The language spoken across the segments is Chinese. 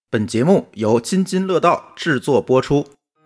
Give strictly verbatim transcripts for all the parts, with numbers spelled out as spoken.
本节目由津津乐道制作播出。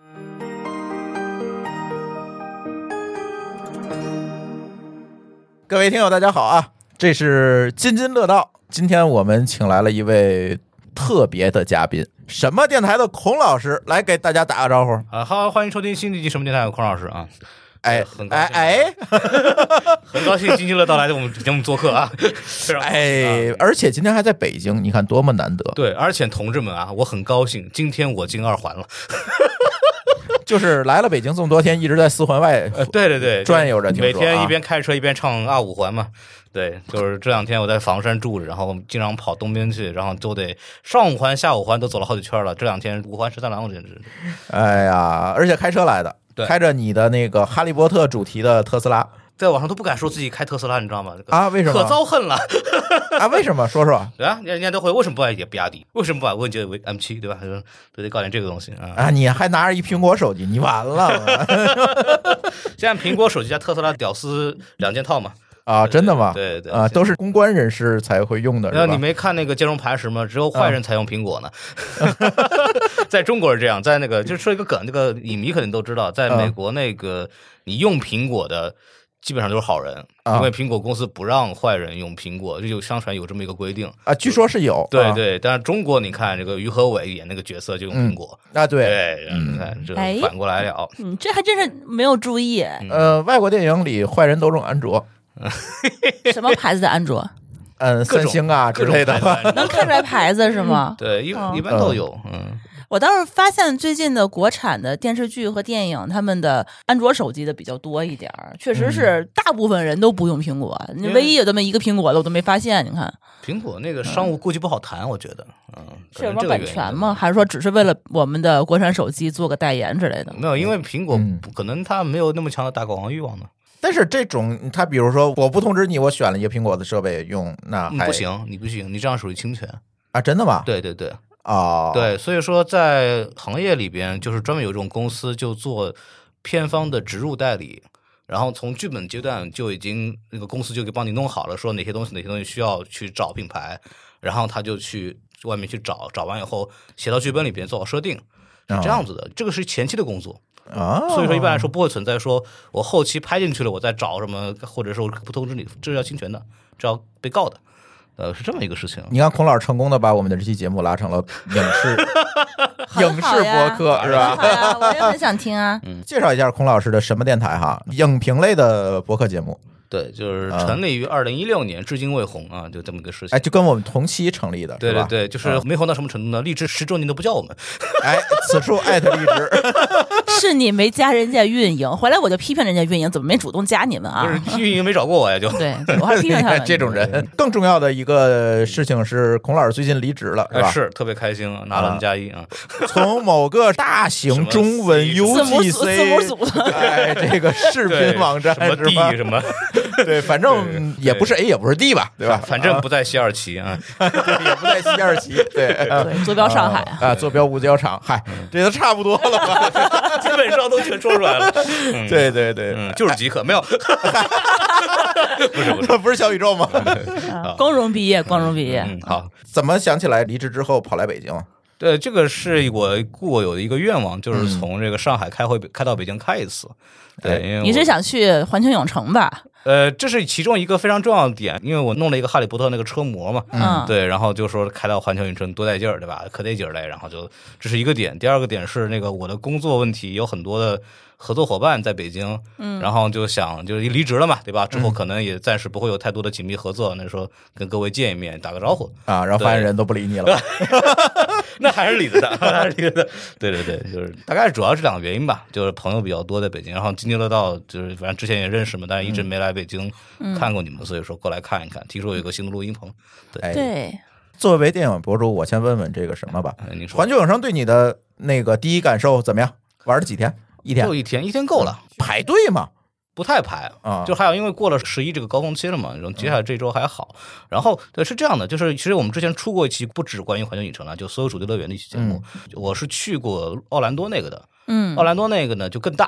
各位听友大家好啊，这是津津乐道，今天我们请来了一位特别的嘉宾，什么电台的孔老师来给大家打个招呼啊！好，欢迎收听新一集什么电台的孔老师啊！ 哎， 很高兴， 哎哎， 很高兴津津乐道来我们节目做客啊！ 哎，而且今天还在北京，你看多么难得。 对，而且同志们啊，我很高兴，今天我进二环了。 就是来了北京这么多天，一直在四环外， 呃，对对对， 转悠着， 每天一边开车一边唱二五环嘛。对，就是这两天我在房山住着，然后经常跑东边去，然后都得上五环下五环都走了好几圈了。这两天五环十三郎简直， 哎呀，而且开车来的，开着你的那个哈利波特主题的特斯拉， 在网上都不敢说自己开特斯拉，你知道吗？ 啊，为什么？ 可遭恨了啊？为什么？说说。 对啊，人家都会为什么不爱比亚迪？为什么不把问界为 M 七？ 对吧？都得搞点这个东西啊！ 啊，你还拿着一苹果手机，你完了！ 现在苹果手机加特斯拉屌丝两件套嘛。 啊，真的吗？ 对 对, 对啊，都是公关人士才会用的。 那你没看那个兼容磐石吗？只有坏人才用苹果呢。嗯、在中国是这样，在那个就说一个梗，这个影迷肯定都知道，在美国那个你用苹果的基本上都是好人， 啊、 因为苹果公司不让坏人用苹果，就有相传有这么一个规定啊。据说是有， 对对。但是中国你看这个于和伟演那个角色就用苹果、 嗯、啊，对对，你看这反过来了。 嗯，这还真是没有注意。 呃，外国电影里坏人都用安卓。 什么牌子的安卓？ 嗯，三星啊之类的， 能看出来牌子是吗？ 对，一一般都有。嗯， 我倒是发现最近的国产的电视剧和电影，他们的安卓手机的比较多一点，确实是大部分人都不用苹果。你、嗯、唯一有这么一个苹果的，我都没发现。你看， 苹果那个商务估计不好谈，嗯、我觉得，嗯， 是有什么版权吗？还是说只是为了我们的国产手机做个代言之类的？ 没有，因为苹果可能它没有那么强的打广告欲望呢。 但是这种，他比如说，我不通知你，我选了一个苹果的设备用，那还、 嗯、不行，你不行，你这样属于侵权啊！真的吗？ 对对对， 哦， 对，所以说在行业里边，就是专门有这种公司就做片方的植入代理，然后从剧本阶段就已经那个公司就给帮你弄好了，说哪些东西哪些东西需要去找品牌，然后他就去外面去找，找完以后写到剧本里边做好设定，是这样子的，哦、这个是前期的工作。 啊、哦， 所以说一般来说不会存在说我后期拍进去了我再找什么，或者说不通知你，这是要侵权的，这要被告的，呃，是这么一个事情。 你看孔老师成功的把我们的这期节目拉成了影视影视播客是吧？ 好呀，我也很想听啊。 嗯，介绍一下孔老师的什么电台哈，影评类的播客节目。 对，就是成立于二零一六年、嗯，至今未红啊，就这么个事情。 哎，就跟我们同期成立的， 对对对，就是没红到什么程度呢？荔枝十周年都不叫我们。 哎，此处艾特荔枝， 是你没加人家运营，回来我就批评人家运营怎么没主动加你们啊？ 不是运营没找过我呀，就对，我还批评他们。 这种人。更重要的一个事情是，孔老师最近离职了，是吧？ 哎、是特别开心，拿了 N 加一啊！ 从某个大型中文 U G C 字母组， 哎，这个视频网站什么 D 什么， 对，反正。也不是 A 也不是 D 吧，对吧？ 反正不在西二旗啊， 对，也不在西二旗，对， 对，坐标上海啊，啊坐标五角场，嗨，这都差不多了吧？ 基本上都全说出来了。 嗯、对对对、 嗯，就是极客，没有，不是不是不是小宇宙吗？ 啊、光荣毕业，光荣毕业。 嗯，好， 怎么想起来离职之后跑来北京啊？ 对，这个是我固有的一个愿望，就是从这个上海开回开到北京开一次。对，因为你是想去环球影城吧？ 呃，这是其中一个非常重要的点，因为我弄了一个哈利波特那个车模嘛， 嗯， 对，然后就说开到环球影城多带劲儿，对吧？可带劲儿嘞，然后就这是一个点。第二个点是那个我的工作问题，有很多的合作伙伴在北京， 嗯， 然后就想就离职了嘛，对吧？之后可能也暂时不会有太多的紧密合作，那时候跟各位见一面，打个招呼啊，然后发现人都不理你了， 那还是理着的，还是理着的。对对对，就是大概主要是两个原因吧，就是朋友比较多在北京，然后津津乐道就是反正之前也认识嘛，但是一直没来北京看过你们，嗯、所以说过来看一看。听说有一个新的录音棚，对。 对， 作为电影博主，我先问问这个什么吧。 哎、你说环球影城对你的那个第一感受怎么样？玩了几天？一天？ 就一天，一天够了。 嗯、排队嘛。 不太排啊， 就还有因为过了十一这个高峰期了嘛，然后接下来这周还好。然后对是这样的，就是其实我们之前出过一期不止关于环球影城了，就所有主题乐园的一期节目，嗯、我是去过奥兰多那个的， 嗯， 奥兰多那个呢就更大。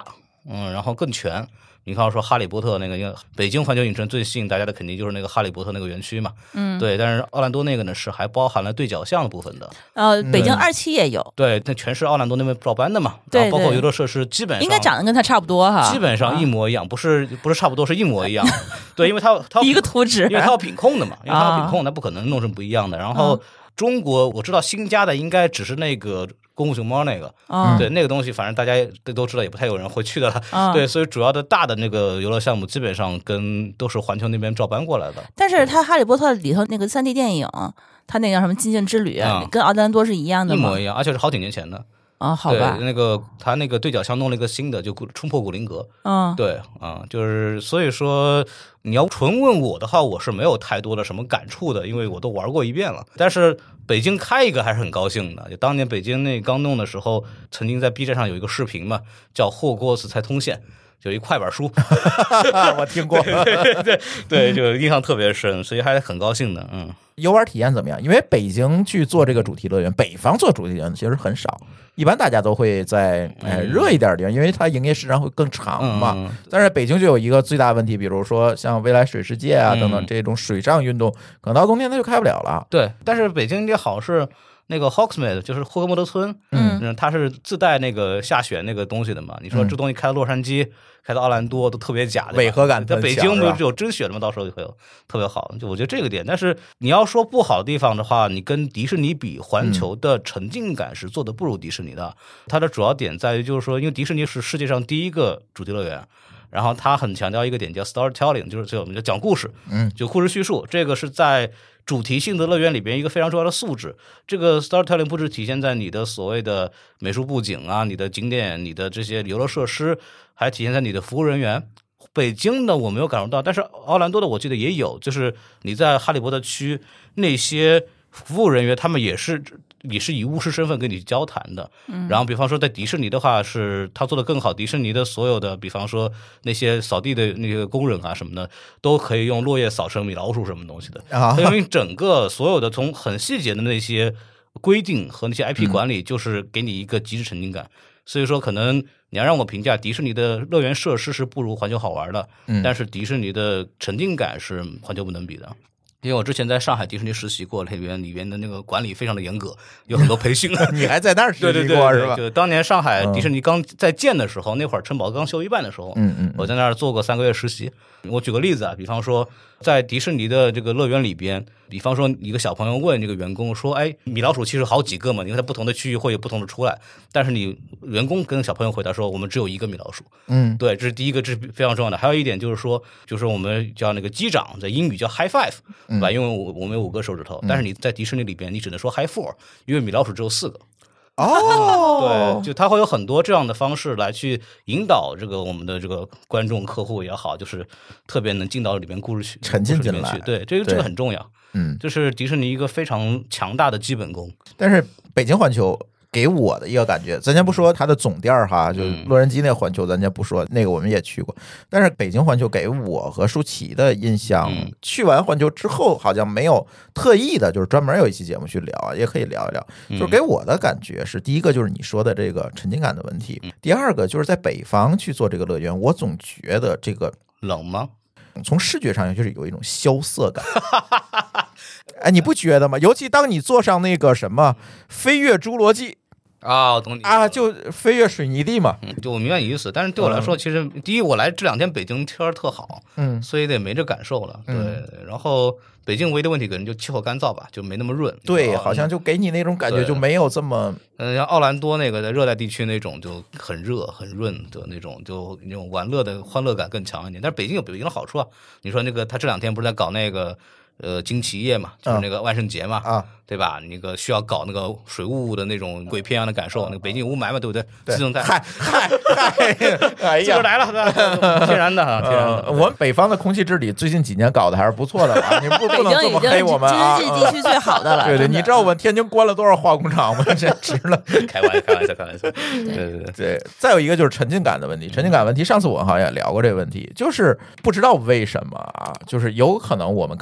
嗯，然后更全。你看说哈利波特那个，因为北京环球影城最吸引大家的肯定就是那个哈利波特那个园区嘛， 嗯， 对。但是奥兰多那个呢是还包含了对角巷的部分的， 呃，北京二期也有， 对，那全是奥兰多那边照搬的嘛， 对， 然后包括游乐设施基本上应该长得跟它差不多哈， 基本上一模一样，不是不是差不多是一模一样，对，因为它它一个图纸， 因为它要品控的嘛，因为它要品控，它不可能弄成不一样的。然后中国我知道新加的应该只是那个功夫熊猫那个， 嗯、 对那个东西，反正大家都知道，也不太有人会去的了。 嗯、 对，所以主要的大的那个游乐项目基本上跟都是环球那边照搬过来的。 但是它《哈利波特》里头那个三 D 电影，它那个什么《寂静之旅》嗯，跟奥兰多是一样的吗？ 一模一样，而且是好几年前的。 啊、哦，好吧， 对，那个他那个对角巷弄了一个新的，就冲破古灵阁。 嗯， 对啊、嗯，就是所以说你要纯问我的话，我是没有太多的什么感触的，因为我都玩过一遍了。但是北京开一个还是很高兴的，就当年北京那刚弄的时候，曾经在 B 站上有一个视频嘛，叫霍格沃茨才通县。就一快板书我听过， 对对对对，就印象特别深，所以还很高兴的。嗯， 游玩体验怎么样？因为北京去做这个主题乐园，北方做主题乐园其实很少，一般大家都会在哎热一点的地方，因为它营业时长会更长嘛。 嗯、 但是北京就有一个最大问题，比如说像未来水世界啊等等这种水上运动，可能到冬天它就开不了了。 对，但是北京也好是。那个 Hogsmeade 就是霍格莫德村， 嗯， 它是自带那个下雪那个东西的嘛。你说这东西开到洛杉矶、嗯、开到奥兰多都特别假， 违和感。 在北京不是有真雪的吗？到时候就会有特别好。就我觉得这个点，但是你要说不好的地方的话，你跟迪士尼比，环球的沉浸感是做的不如迪士尼的。嗯、它的主要点在于就是说，因为迪士尼是世界上第一个主题乐园。然后他很强调一个点叫 storytelling， 就是就我们就讲故事， 嗯， 就故事叙述，这个是在主题性的乐园里边一个非常重要的素质。这个 storytelling 不只体现在你的所谓的美术布景啊、你的景点、你的这些游乐设施，还体现在你的服务人员。北京的我没有感受到，但是奥兰多的我记得也有，就是你在哈利波特区那些服务人员，他们也是。也是以巫师身份跟你交谈的， 嗯， 然后比方说在迪士尼的话，是他做的更好，迪士尼的所有的，比方说那些扫地的那个工人啊什么的，都可以用落叶扫成米老鼠什么东西的啊，因为整个所有的从很细节的那些规定和那些 I P 管理，就是给你一个极致沉浸感。嗯、所以说，可能你要让我评价迪士尼的乐园设施是不如环球好玩的， 嗯， 但是迪士尼的沉浸感是环球不能比的。因为我之前在上海迪士尼实习过，里边里边的那个管理非常的严格，有很多培训。 你还在那儿实习过对对对对是吧？ 就当年上海迪士尼刚在建的时候，嗯、那会儿城堡刚修一半的时候， 嗯嗯， 我在那儿做过三个月实习。我举个例子啊，比方说在迪士尼的这个乐园里边，比方说一个小朋友问这个员工说：“哎，米老鼠其实好几个嘛，因为它不同的区域会有不同的出来。”但是你员工跟小朋友回答说：“我们只有一个米老鼠。” 嗯， 对，这是第一个，这是非常重要的。还有一点就是说，就是我们叫那个击掌，在英语叫 high five， 对吧？因为我我们有五个手指头，但是你在迪士尼里边，你只能说 high four， 因为米老鼠只有四个。 哦， 对，就它会有很多这样的方式来去引导这个我们的这个观众客户也好，就是特别能进到里面故事去沉浸进来去。对，这个这个很重要。 嗯， 这是迪士尼一个非常强大的基本功。 但是北京环球给我的一个感觉，咱先不说它的总店哈，就洛杉矶那环球，咱先不说那个，我们也去过。但是北京环球给我和舒淇的印象， 嗯、 去完环球之后，好像没有特意的，就是专门有一期节目去聊，也可以聊一聊。就是给我的感觉是，第一个就是你说的这个沉浸感的问题，第二个就是在北方去做这个乐园，我总觉得这个冷吗？ 从视觉上就是有一种萧瑟感。哎，你不觉得吗？尤其当你坐上那个什么飞跃侏罗纪。 啊、哦，懂你啊，就飞跃水泥地嘛、 嗯，就我明白你意思，但是对我来说，嗯、其实第一，我来这两天北京天儿特好， 嗯， 所以得没这感受了，对。嗯、然后北京唯一的问题可能就气候干燥吧，就没那么润， 对，好像就给你那种感觉就没有这么， 嗯，像奥兰多那个在热带地区那种就很热很润的那种，就那种玩乐的欢乐感更强一点。但是北京有北京的好处啊，你说那个他这两天不是在搞那个。呃，惊奇夜嘛，就是那个万圣节嘛， 啊， 对吧？那个需要搞那个水雾的那种鬼片一样的感受，那个北京有雾霾嘛，对不对？自动带， 嗨嗨嗨，哎呀， 来了，天然的哈，天然的。 我们北方的空气治理最近几年搞的还是不错的吧？你不不能这么黑我们啊！ 京津冀地区最好的了。 对对，你知道我们天津关了多少化工厂吗？这值了， 开玩笑，开玩笑，开玩笑。对对对对。再有一个就是沉浸感的问题，沉浸感问题，上次我好像也聊过这个问题，就是不知道为什么啊，就是有可能我们看的《哈利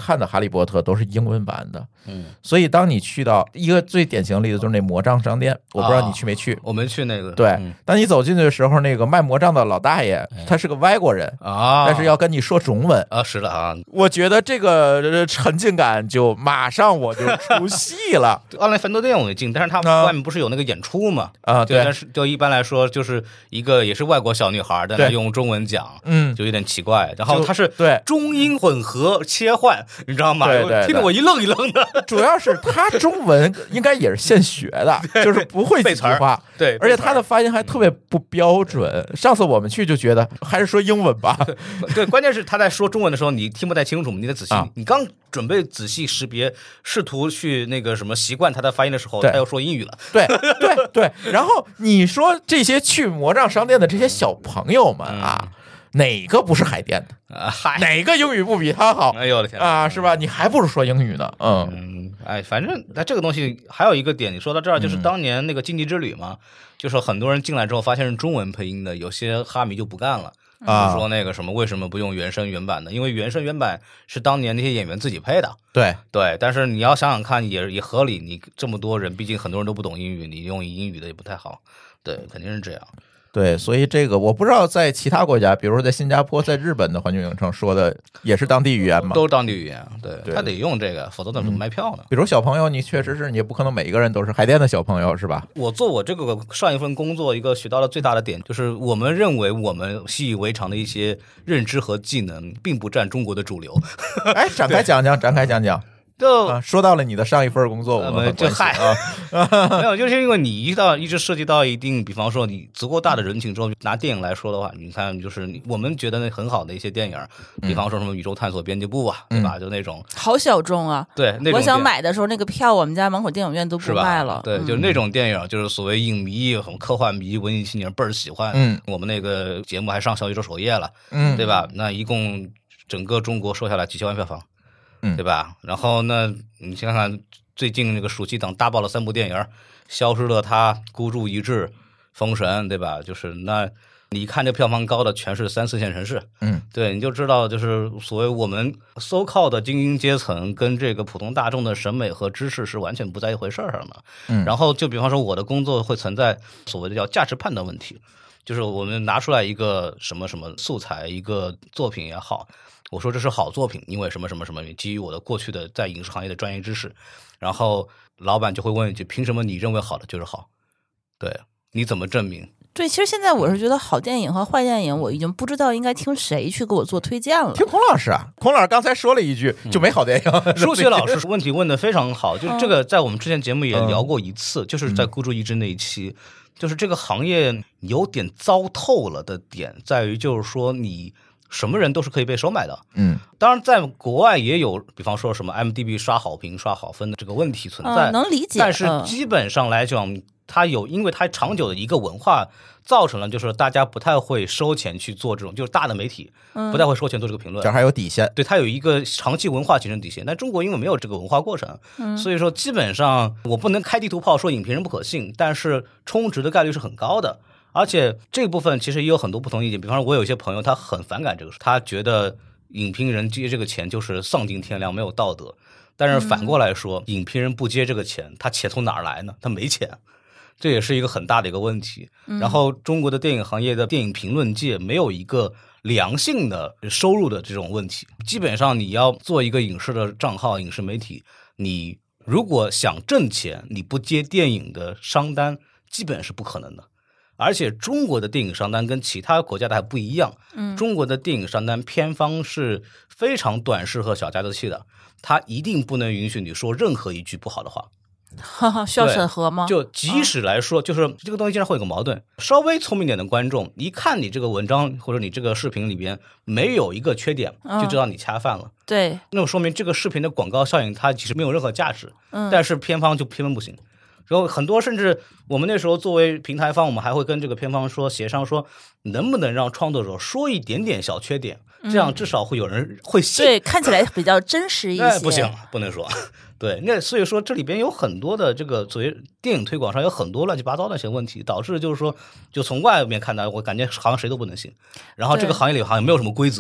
利波特都是英文版的， 嗯， 所以当你去到一个最典型的例子就是那魔杖商店，我不知道你去没去， 啊、我没去那个。 对、 嗯， 当你走进去的时候，那个卖魔杖的老大爷他是个外国人啊， 但是要跟你说中文啊，是的啊， 我觉得这个沉浸感就马上我就出戏了。 奥莱凡多店我也进，但是他外面不是有那个演出嘛？ 啊，对， 但是就一般来说就是一个也是外国小女孩在那用中文讲， 嗯， 就有点奇怪。然后他是对中英混合切换，你知道吗？ 对对对， 听得我一愣一愣的。 主要是他中文应该也是现学的，就是不会几句话， 对， 而且他的发音还特别不标准。上次我们去就觉得还是说英文吧。 对，关键是他在说中文的时候你听不太清楚，你得仔细，啊、你刚准备仔细识别，试图去那个什么习惯他的发音的时候，他又说英语了。 对对对，然后你说这些去魔杖商店的这些小朋友们啊。嗯，哪个不是海淀的啊？ 哪个英语不比他好？ 哎呦我的天啊，是吧？你还不如说英语呢。嗯嗯，哎，反正那这个东西还有一个点，你说到这儿，就是当年那个经济之旅嘛，嗯、就是很多人进来之后发现是中文配音的，有些哈迷就不干了。啊，就说那个什么，为什么不用原声原版的？因为原声原版是当年那些演员自己配的。 对对，但是你要想想看，也也合理。你这么多人，毕竟很多人都不懂英语，你用英语的也不太好。对，肯定是这样。 对，所以这个我不知道在其他国家，比如说在新加坡、在日本的环球影城说的也是当地语言吗？ 都是当地语言，对，对他得用这个，否则怎么卖票呢？ 嗯、比如小朋友，你确实是你也不可能每一个人都是海淀的小朋友，是吧？ 我做我这个上一份工作，一个学到的最大的点就是，我们认为我们习以为常的一些认知和技能，并不占中国的主流。 哎，展开讲讲，展开讲讲。 就、 啊、说到了你的上一份工作，我们就嗨啊，没有，就是因为你一到一直涉及到一定，比方说你足够大的人情之后，拿电影来说的话，你看就是我们觉得那很好的一些电影，比方说什么《宇宙探索编辑部》啊， 嗯、 对吧？就那种好小众啊。 对，那种我想买的时候，那个票我们家门口电影院都不卖了。 对，就是那种电影，就是所谓影迷、什么科幻迷、文艺青年倍儿喜欢。 嗯， 我们那个节目还上小宇宙首页了， 嗯， 对吧？那一共整个中国收下来几千万票房。 嗯， 对吧？然后呢，你想想最近那个暑期档大爆了三部电影，《消失的她》、《孤注一掷》、《封神》，对吧？就是那你看这票房高的全是三四线城市， 嗯， 对，你就知道就是所谓我们 so called 的精英阶层跟这个普通大众的审美和知识是完全不在一回事儿上的。 嗯， 然后就比方说我的工作会存在所谓的叫价值判断问题，就是我们拿出来一个什么什么素材，一个作品也好。我说这是好作品，因为什么什么什么，基于我的过去的在影视行业的专业知识，然后老板就会问一句：凭什么你认为好的就是好？对，你怎么证明？ 对，其实现在我是觉得好电影和坏电影，我已经不知道应该听谁去给我做推荐了。 听孔老师啊，孔老师刚才说了一句，就没好电影。 嗯、舒雪老师问题问得非常好，就是这个在我们之前节目也聊过一次， 嗯、 就是在孤注一掷那一期，就是这个行业有点糟透了的点在于，就是说你。什么人都是可以被收买的， 嗯， 当然在国外也有，比方说什么 I M D B 刷好评、刷好分的这个问题存在， 嗯、能理解。 但是基本上来讲，它有，因为它长久的一个文化造成了，就是大家不太会收钱去做这种，就是大的媒体不太会收钱做这个评论， 这还有底线， 对，它有一个长期文化形成底线。但中国因为没有这个文化过程， 嗯、 所以说基本上我不能开地图炮说影评人不可信，但是充值的概率是很高的。而且这部分其实也有很多不同意见，比方说我有一些朋友他很反感这个事，他觉得影评人接这个钱就是丧尽天良，没有道德。但是反过来说，嗯、影评人不接这个钱，他钱从哪儿来呢？他没钱，这也是一个很大的一个问题。 嗯、 然后中国的电影行业的电影评论界没有一个良性的收入的这种问题，基本上你要做一个影视的账号、影视媒体，你如果想挣钱，你不接电影的商单，基本是不可能的。而且中国的电影商单跟其他国家的还不一样， 嗯， 中国的电影商单片方是非常短视和小家子气的，他一定不能允许你说任何一句不好的话。 哈哈，需要审核吗？ 就即使来说，就是这个东西经常会有个矛盾。稍微聪明点的观众，一看你这个文章或者你这个视频里边没有一个缺点，就知道你恰饭了。 对， 那么说明这个视频的广告效应它其实没有任何价值。 嗯， 但是片方就偏分不行。然后很多甚至我们那时候作为平台方，我们还会跟这个片方说协商说，能不能让创作者说一点点小缺点，这样至少会有人会信。 对，看起来比较真实一些。 哎，不行，不能说。对，那所以说这里边有很多的这个作为电影推广上有很多乱七八糟的一些问题，导致就是说，就从外面看到，我感觉好像谁都不能信。然后这个行业里好像没有什么规则，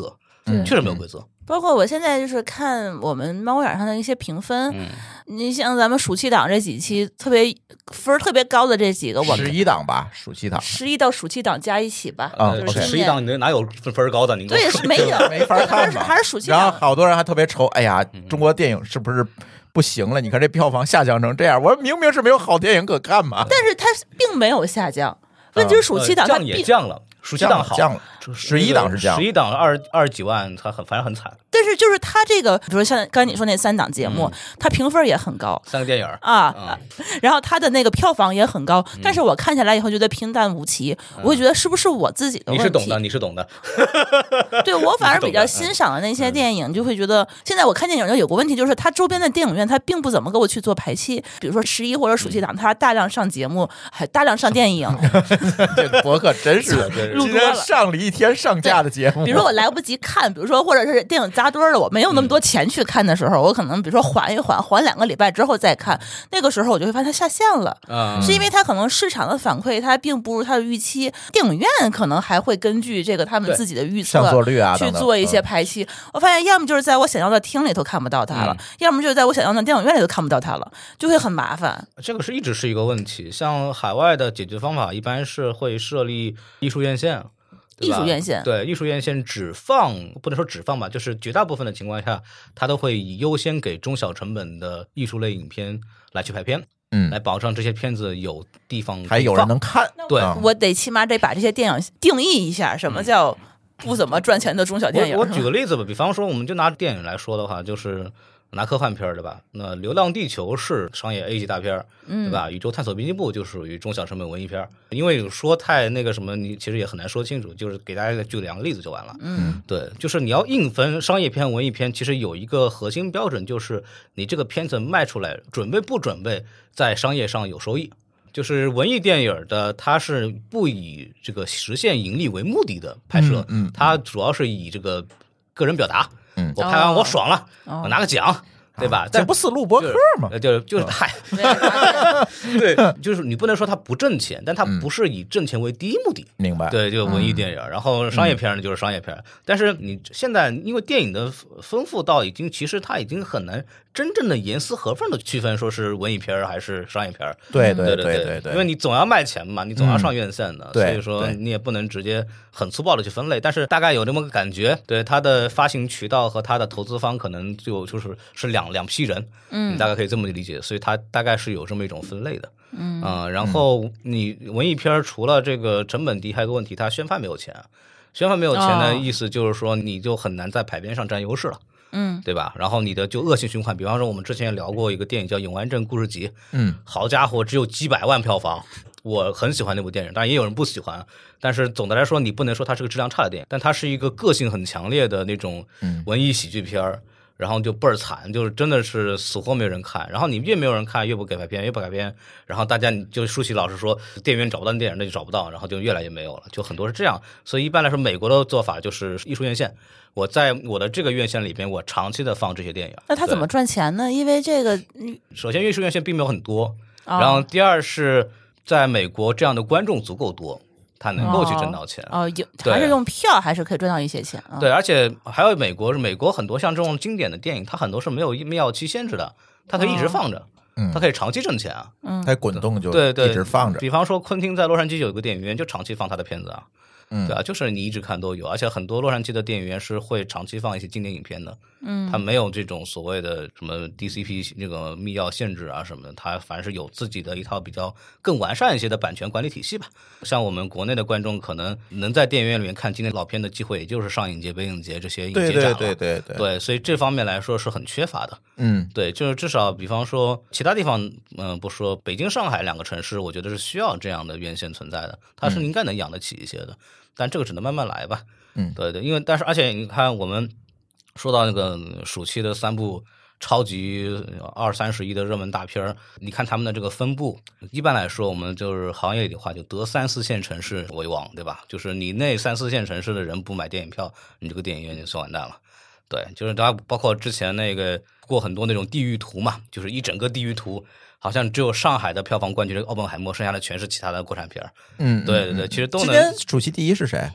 嗯确实没有规则。 包括我现在就是看我们猫眼上的一些评分， 嗯， 你像咱们暑期档这几期特别分儿特别高的这几个，我十一档吧，暑期档十一到暑期档加一起吧， 啊就是 OK 十一档你哪有分分高的？你对是没有没法看嘛， 还是暑期档。 然后好多人还特别愁，哎呀，中国电影是不是不行了？你看这票房下降成这样，我明明是没有好电影可看嘛。 但是它并没有下降，问题是暑期档它降也并降了，暑期档好降了，十一档是降了， 十一档二二十几万，它很反正很惨。 但是就是它这个，比如说像刚才你说那三档节目，它评分也很高。 三个电影啊，然后它的那个票房也很高，但是我看下来以后觉得平淡无奇，我会觉得是不是我自己的问题？ 你是懂的，你是懂的。 对我反而比较欣赏的那些电影，就会觉得现在我看电影就有个问题，就是它周边的电影院它并不怎么给我去做排期，比如说十一或者暑期档，它大量上节目，还大量上电影。 这博客真是录多了， 上了一天上架的节目。 比如说我来不及看，比如说或者是电影扎堆了，我没有那么多钱去看的时候，我可能比如说缓一缓，缓两个礼拜之后再看，那个时候我就会发现它下线了， 嗯， 是因为它可能市场的反馈它并不如它的预期，电影院可能还会根据这个他们自己的预测上座率啊去做一些排期。我发现要么就是在我想要的厅里头看不到它了，要么就是在我想要的电影院里头看不到它了，就会很麻烦。 这个是一直是一个问题。像海外的解决方法一般是会设立艺术院线。 艺术院线对，艺术院线只放，不能说只放吧，就是绝大部分的情况下，它都会以优先给中小成本的艺术类影片来去排片， 嗯， 来保证这些片子有地方还有人能看。 对， 我得起码得把这些电影定义一下，什么叫不怎么赚钱的中小电影。 我, 我举个例子吧，比方说，我们就拿电影来说的话，就是拿科幻片对吧？那《流浪地球》是商业 A 级大片，对吧？宇宙探索编辑部就属于中小成本文艺片。因为说太那个什么，你其实也很难说清楚，就是给大家举两个例子就完了。 嗯， 对，就是你要硬分商业片、文艺片，其实有一个核心标准，就是你这个片子卖出来，准备不准备在商业上有收益。就是文艺电影的，它是不以这个实现盈利为目的的拍摄， 嗯，嗯它主要是以这个个人表达。 嗯， 我拍完我爽了， 哦、 我拿个奖。对吧？ 这不是录播客吗？ 就是就是嗨，对，就是你不能说它不挣钱，但它不是以挣钱为第一目的。 明白？ 对，就文艺电影，然后商业片呢就是商业片。但是你现在因为电影的丰富到已经，其实它已经很难真正的严丝合缝的区分，说是文艺片还是商业片。 对对对对对， 因为你总要卖钱嘛，你总要上院线的，所以说对你也不能直接很粗暴的去分类。但是大概有这么个感觉，对它的发行渠道和它的投资方可能就就是是两两批人。 嗯， 你大概可以这么理解，所以它大概是有这么一种分类的。 嗯啊、呃，然后你文艺片除了这个成本低，还有个问题，它宣发没有钱。宣发没有钱的意思就是说，你就很难在排片上占优势了。 嗯， 对吧？然后你的就恶性循环，比方说我们之前聊过一个电影叫《永安镇故事集》， 嗯， 好家伙，只有几百万票房，我很喜欢那部电影，当然也有人不喜欢。但是总的来说，你不能说它是个质量差的电影，但它是一个个性很强烈的那种文艺喜剧片儿。嗯，然后就倍儿惨，就是真的是死活没有人看，然后你越没有人看，越不给排片，越不改片，然后大家就舒淇老师说，电影院找不到电影，那就找不到，然后就越来越没有了，就很多是这样。所以一般来说，美国的做法就是艺术院线，我在我的这个院线里边，我长期的放这些电影。 那他怎么赚钱呢？因为这个， 首先艺术院线并没有很多，然后第二是在美国这样的观众足够多。他能够去挣到钱哦，有还是用票还是可以赚到一些钱啊？ 对，而且还有美国，美国很多像这种经典的电影，它很多是没有密钥期限制的，它可以一直放着， 嗯， 它可以长期挣钱啊， 嗯， 它滚动就对对一直放着。 比方说，昆汀在洛杉矶有一个电影院，就长期放他的片子啊。 嗯， 对啊，就是你一直看都有，而且很多洛杉矶的电影院是会长期放一些经典影片的， 嗯， 它没有这种所谓的什么 D C P 那个密钥限制啊什么的，它反正是有自己的一套比较更完善一些的版权管理体系吧。像我们国内的观众可能能在电影院里面看经典老片的机会，也就是上影节、北影节这些影节展了， 对对对对对，所以这方面来说是很缺乏的。 嗯， 对，就是至少比方说其他地方，嗯、呃，不说北京、上海两个城市，我觉得是需要这样的院线存在的，它是应该能养得起一些的。嗯，但这个只能慢慢来吧， 嗯， 对对，因为但是而且你看，我们说到那个暑期的三部超级二三十亿的热门大片，你看他们的这个分布，一般来说，我们就是行业里的话，就得三四线城市为王，对吧？就是你那三四线城市的人不买电影票，你这个电影院就算完蛋了。对，就是大家包括之前那个过很多那种地狱图嘛，就是一整个地狱图。好像只有上海的票房冠军这个奥本海默，剩下的全是其他的国产片。 嗯， 对对对，其实都能。 今天暑期第一是谁？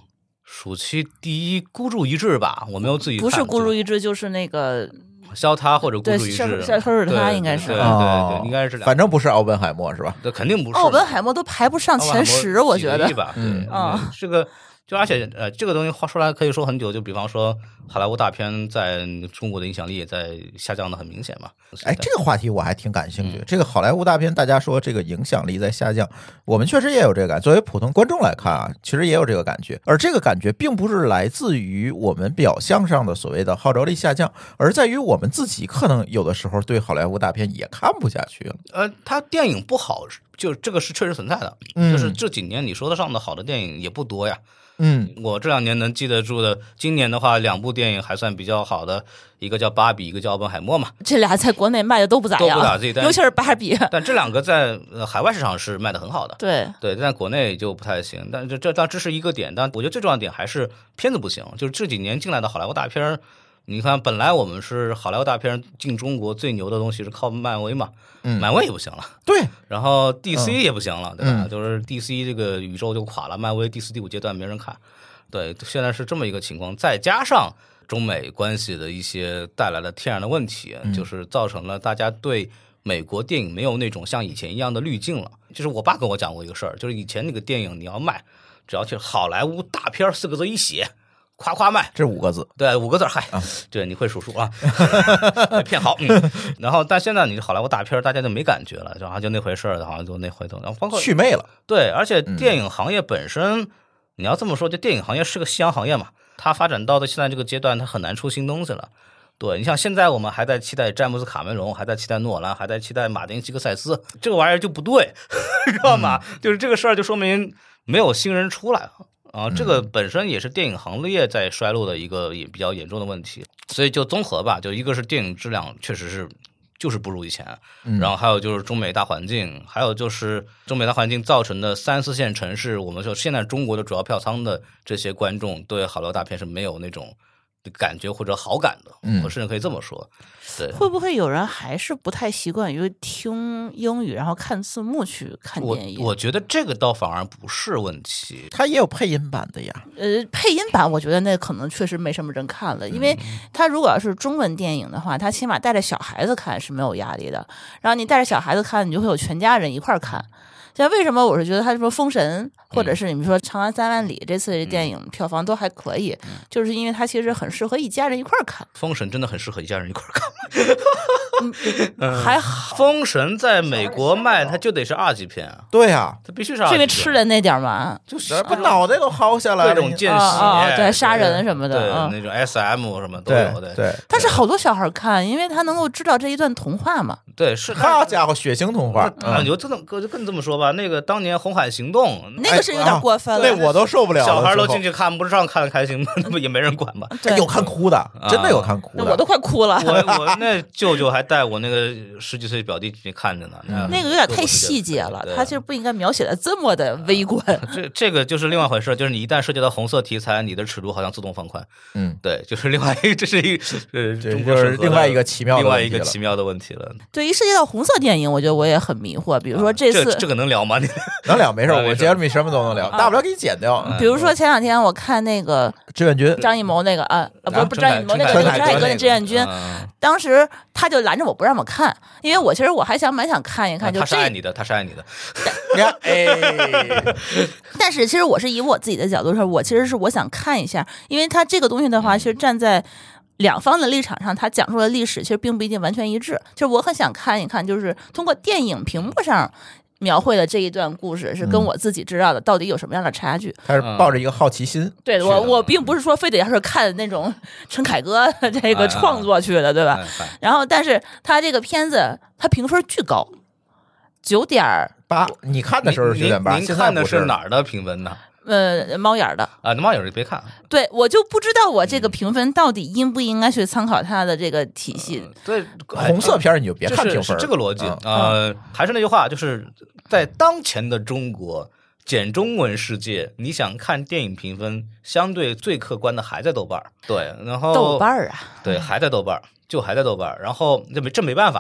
暑期第一孤注一掷吧，我没有自己看， 不是孤注一掷，就是那个消他或者孤注一掷， 消消他应该是， 对对哦对，应该是两个， 反正不是奥本海默是吧？ 对，肯定不是。 奥本海默都排不上前十，我觉得吧， 嗯啊，这个。就而且呃，这个东西话说来可以说很久，就比方说好莱坞大片在中国的影响力也在下降的很明显嘛。 哎，这个话题我还挺感兴趣。嗯、这个好莱坞大片，大家说这个影响力在下降，我们确实也有这个感觉。作为普通观众来看啊，其实也有这个感觉。而这个感觉并不是来自于我们表象上的所谓的号召力下降，而在于我们自己可能有的时候对好莱坞大片也看不下去了。 呃，它电影不好，就这个是确实存在的。 嗯、 就是这几年你说得上的好的电影也不多呀。 嗯， 我这两年能记得住的，今年的话，两部电影还算比较好的，一个叫《芭比》，一个叫《奥本海默》嘛。 这俩在国内卖的都不咋样， 都不咋地， 尤其是芭比。 但这两个在呃海外市场是卖的很好的， 对对，但国内就不太行。但这这当这是一个点，但我觉得最重要的点还是片子不行。就是这几年进来的好莱坞大片，你看，本来我们是好莱坞大片进中国最牛的东西是靠漫威嘛。 嗯， 漫威也不行了， 对， 然后 D C 也不行了， 嗯、 对吧？就是 D C 这个宇宙就垮了，漫威第四、第五阶段没人看，对，现在是这么一个情况，再加上中美关系的一些带来的天然的问题， 嗯、 就是造成了大家对美国电影没有那种像以前一样的滤镜了。就是我爸跟我讲过一个事儿，就是以前那个电影你要卖，只要去好莱坞大片四个字一写。夸夸卖， 这五个字， 对，五个字，嗨，啊、对，你会数数啊，骗好，嗯，然后，但现在你好莱坞大片，大家就没感觉了，然后就那回事儿，好像就那回头，然后包括祛魅了， 对，而且电影行业本身，嗯、你要这么说，就电影行业是个夕阳行业嘛，它发展到的现在这个阶段，它很难出新东西了。对，你像现在我们还在期待詹姆斯卡梅隆，还在期待诺兰，还在期待马丁希克塞斯，这个玩意儿就不对，知道吗？嗯、就是这个事儿就说明没有新人出来。啊，这个本身也是电影行业在衰落的一个也比较严重的问题，所以就综合吧，就一个是电影质量确实是就是不如以前， 嗯、 然后还有就是中美大环境，还有就是中美大环境造成的三四线城市，我们说现在中国的主要票仓的这些观众对好莱坞大片是没有那种感觉或者好感的， 嗯、 我甚至可以这么说。对， 会不会有人还是不太习惯于听英语，然后看字幕去看电影？ 我我觉得这个倒反而不是问题， 它也有配音版的呀。 呃，配音版我觉得那可能确实没什么人看了，因为它如果要是中文电影的话，它起码带着小孩子看是没有压力的。然后你带着小孩子看，你就会有全家人一块儿看。像为什么我是觉得他说《封神》或者是你们说《长安三万里》这次电影票房都还可以， 嗯、 就是因为它其实很适合一家人一块儿看。 封神真的很适合一家人一块儿看。 嗯、还好， 封神在美国卖，它就得是二级片啊。 对啊， 它必须是二级片。 是因为吃的那点嘛， 就是把脑袋都薅下来了， 各种见血， 啊啊、对，杀人什么的， 对， 嗯、 那种 S M 什么都有的。 对， 但是好多小孩看，因为他能够知道这一段童话嘛。 对，是好家伙，血腥童话啊！你就这么就更这么说吧，那个当年《红海行动》， 那个是有点过分了， 那我都受不了了。 小孩都进去看，不是让看得开心吗？那不也没人管吗？ 有看哭的，真的有看哭的， 我都快哭了。 我我那舅舅还带我那个十几岁表弟进去看着呢。 那个有点太细节了，他其实不应该描写的这么的微观。 这这个就是另外一回事，就是你一旦涉及到红色题材，你的尺度好像自动放宽。 嗯， 对，就是另外一，这是一呃， 中国是另外一个奇妙的另外一个奇妙的问题了。 对，一涉及到红色电影，我觉得我也很迷惑。比如说这次这个能聊吗？ 能聊，没事，我节目里什么都能聊，大不了给你剪掉。 比如说前两天我看那个志愿军， 张艺谋那个啊，不是不是张艺谋那个陈凯歌的志愿军，当时他就拦着我不让我看，因为我其实我还想蛮想看一看，就他是爱你的，他是爱你的。 你看，哎， 但是其实我是以我自己的角度说，我其实是我想看一下，因为他这个东西的话，其实站在两方的立场上，他讲述的历史其实并不一定完全一致。就是我很想看一看，就是通过电影屏幕上描绘的这一段故事，是跟我自己知道的到底有什么样的差距。 他是抱着一个好奇心， 对我我并不是说非得要是看那种陈凯歌这个创作去的，对吧？然后，但是他这个片子他评分巨高，九点八。你看的时候是九点八， 您看的是哪儿的评分呢？ 呃，猫眼的啊，猫眼别看。 对，我就不知道我这个评分到底应不应该去参考它的这个体系。 嗯、对， 红色片你就别看评分， 是这个逻辑。 嗯、 呃，还是那句话，就是在当前的中国简中文世界，你想看电影评分，相对最客观的还在豆瓣。对，然后豆瓣啊， 对，还在豆瓣，就还在豆瓣。然后这没这没办法。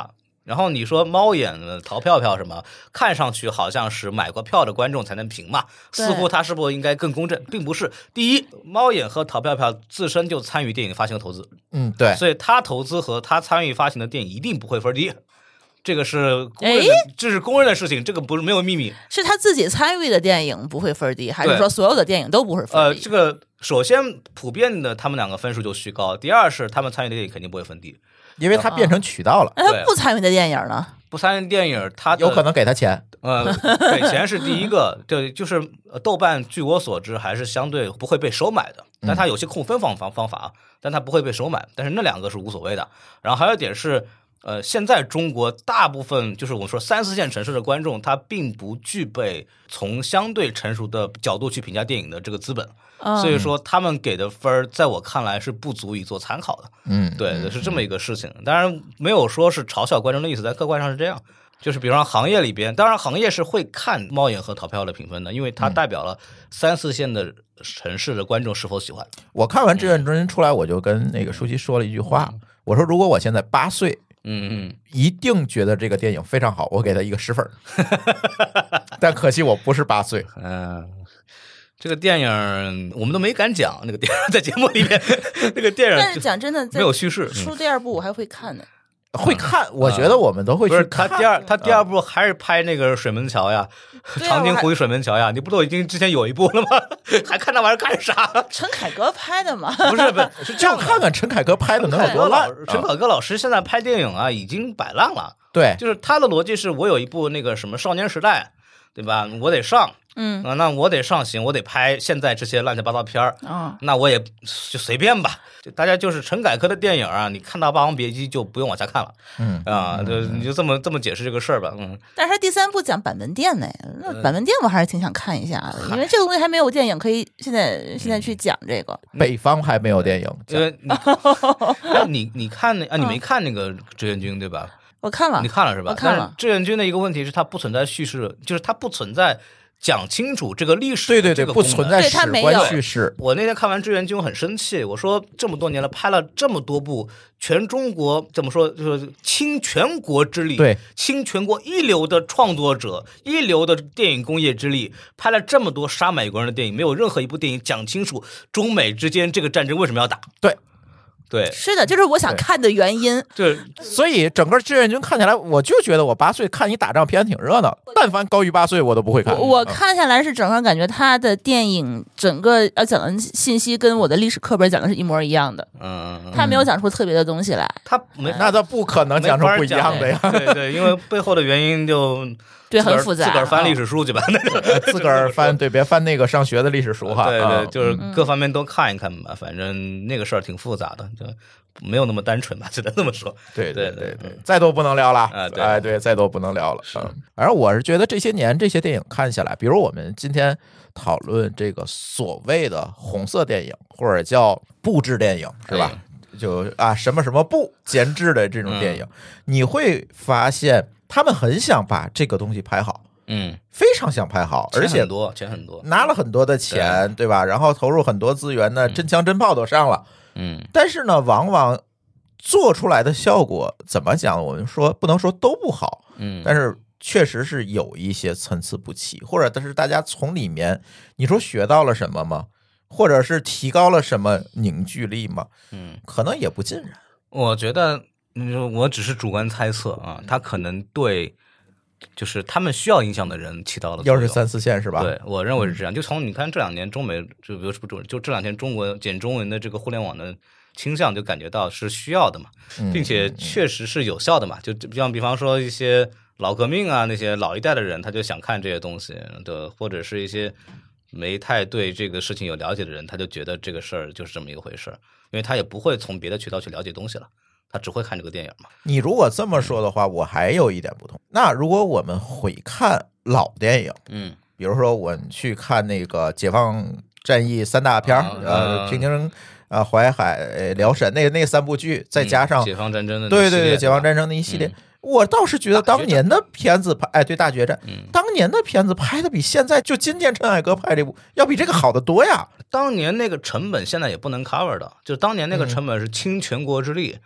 然后你说猫眼、淘票票什么，看上去好像是买过票的观众才能评嘛，似乎它是不是应该更公正？并不是。第一，猫眼和淘票票自身就参与电影发行和投资， 嗯，对， 所以他投资和他参与发行的电影一定不会分低。这个是公认的，这是公认的事情，这个不是没有秘密。 是他自己参与的电影不会分低，还是说所有的电影都不会分低？ 呃，这个首先普遍的他们两个分数就虚高，第二是他们参与的电影肯定不会分低， 因为它变成渠道了。 那、啊、他不参与的电影呢？ 不参与电影，他有可能给他钱。 呃，给钱是第一个，对，就是豆瓣，据我所知还是相对不会被收买的，但它有些控分方方方法，但它不会被收买。但是那两个是无所谓的。然后还有一点是。呃，现在中国大部分就是我们说三四线城市的观众，他并不具备从相对成熟的角度去评价电影的这个资本，嗯、所以说他们给的分在我看来是不足以做参考的。嗯，对，是这么一个事情。当然没有说是嘲笑观众的意思，在客观上是这样。就是比如说行业里边，当然行业是会看猫眼和淘票的评分的，因为它代表了三四线的城市的观众是否喜欢。 我看完志愿真人出来，我就跟那个舒淇说了一句话，我说如果我现在八岁。 嗯嗯， 一定觉得这个电影非常好，我给他一个十分。但可惜我不是八岁。 嗯、呃，这个电影我们都没敢讲，那个电影在节目里面，那个电影， 但是讲真的， 没有叙事。 出第二部我还会看呢。 会看，我觉得我们都会去看。 他第二，他第二部还是拍那个水门桥呀，长津湖水门桥呀，你不都已经之前有一部了吗？还看那玩意儿干啥？ 陈凯歌拍的嘛？ 不是不是，是这样看看陈凯歌拍的能有多烂。 陈凯歌老师现在拍电影啊，已经摆烂了。 对， 就是他的逻辑是我有一部那个什么少年时代，对吧？我得上。 嗯啊，那我得上行，我得拍现在这些乱七八糟片儿啊，那我也就随便吧。就大家就是陈凯歌的电影啊，你看到《霸王别姬》就不用往下看了，嗯啊，就你就这么这么解释这个事儿吧，嗯。 但是他第三部讲板门店呢，那板门店我还是挺想看一下的，因为这个东西还没有电影可以现在现在去讲这个。 北方还没有电影， 因为你你你看那啊，你没看那个志愿军对吧？ 我看了， 你看了是吧？ 我看了。 志愿军的一个问题是它不存在叙事，就是它不存在。讲清楚这个历史， 对对对，不存在史观叙事。 我那天看完志愿军，我很生气，我说这么多年了，拍了这么多部，全中国怎么说，就是倾全国之力， 对， 倾全国一流的创作者、一流的电影工业之力，拍了这么多杀美国人的电影，没有任何一部电影讲清楚中美之间这个战争为什么要打。 对。 对， 是的，就是我想看的原因。 对， 所以整个志愿军看起来，我就觉得我八岁看一打仗片挺热闹。但凡高于八岁，我都不会看。 我, 我看下来是整个感觉他的电影整个要讲的信息跟我的历史课本讲的是一模一样的。 嗯， 他没有讲出特别的东西来。 他没， 那他不可能讲出不一样的呀。 对对，因为背后的原因就。 对，很复杂， 自个儿翻历史书去吧， 自个儿翻，对，别翻那个上学的历史书哈。 对对，就是各方面都看一看吧，反正那个事儿挺复杂的，就没有那么单纯吧，只能这么说。 对对对对，再多不能聊了，哎，对，再多不能聊了。嗯，反正我是觉得这些年这些电影看下来，比如我们今天讨论这个所谓的红色电影，或者叫布置电影，是吧？就啊什么什么布监制的这种电影，你会发现。他们很想把这个东西拍好， 嗯， 非常想拍好，而且很多钱很多， 拿了很多的钱， 对, 对吧？然后投入很多资源呢，真枪真炮都上了， 嗯。 但是呢，往往做出来的效果怎么讲？我们说不能说都不好， 嗯， 但是确实是有一些参差不齐，或者但是大家从里面，你说学到了什么吗？或者是提高了什么凝聚力吗？ 嗯， 可能也不尽然。 我觉得。我只是主观猜测啊，他可能对，就是他们需要影响的人起到了作用。 又是三四线是吧？ 对，我认为是这样。就从你看这两年中美，就比如说就这两天中国简中文的这个互联网的倾向，就感觉到是需要的嘛，并且确实是有效的嘛。就像比方说一些老革命啊，那些老一代的人，他就想看这些东西的，或者是一些没太对这个事情有了解的人，他就觉得这个事儿就是这么一个回事，因为他也不会从别的渠道去了解东西了。他只会看这个电影嘛？ 你如果这么说的话，我还有一点不同。那如果我们回看老电影， 嗯， 比如说我们去看那个解放战役三大片， 啊、 呃，平津啊、淮海、辽沈那那三部剧，再加上、 嗯、解放战争的对对对，解放战争的一系列，嗯、我倒是觉得当年的片子拍，哎，对，大决战， 嗯， 当年的片子拍的比现在就今天陈凯歌拍这部要比这个好得多呀。 当年那个成本现在也不能 cover 的，就是当年那个成本是倾全国之力。嗯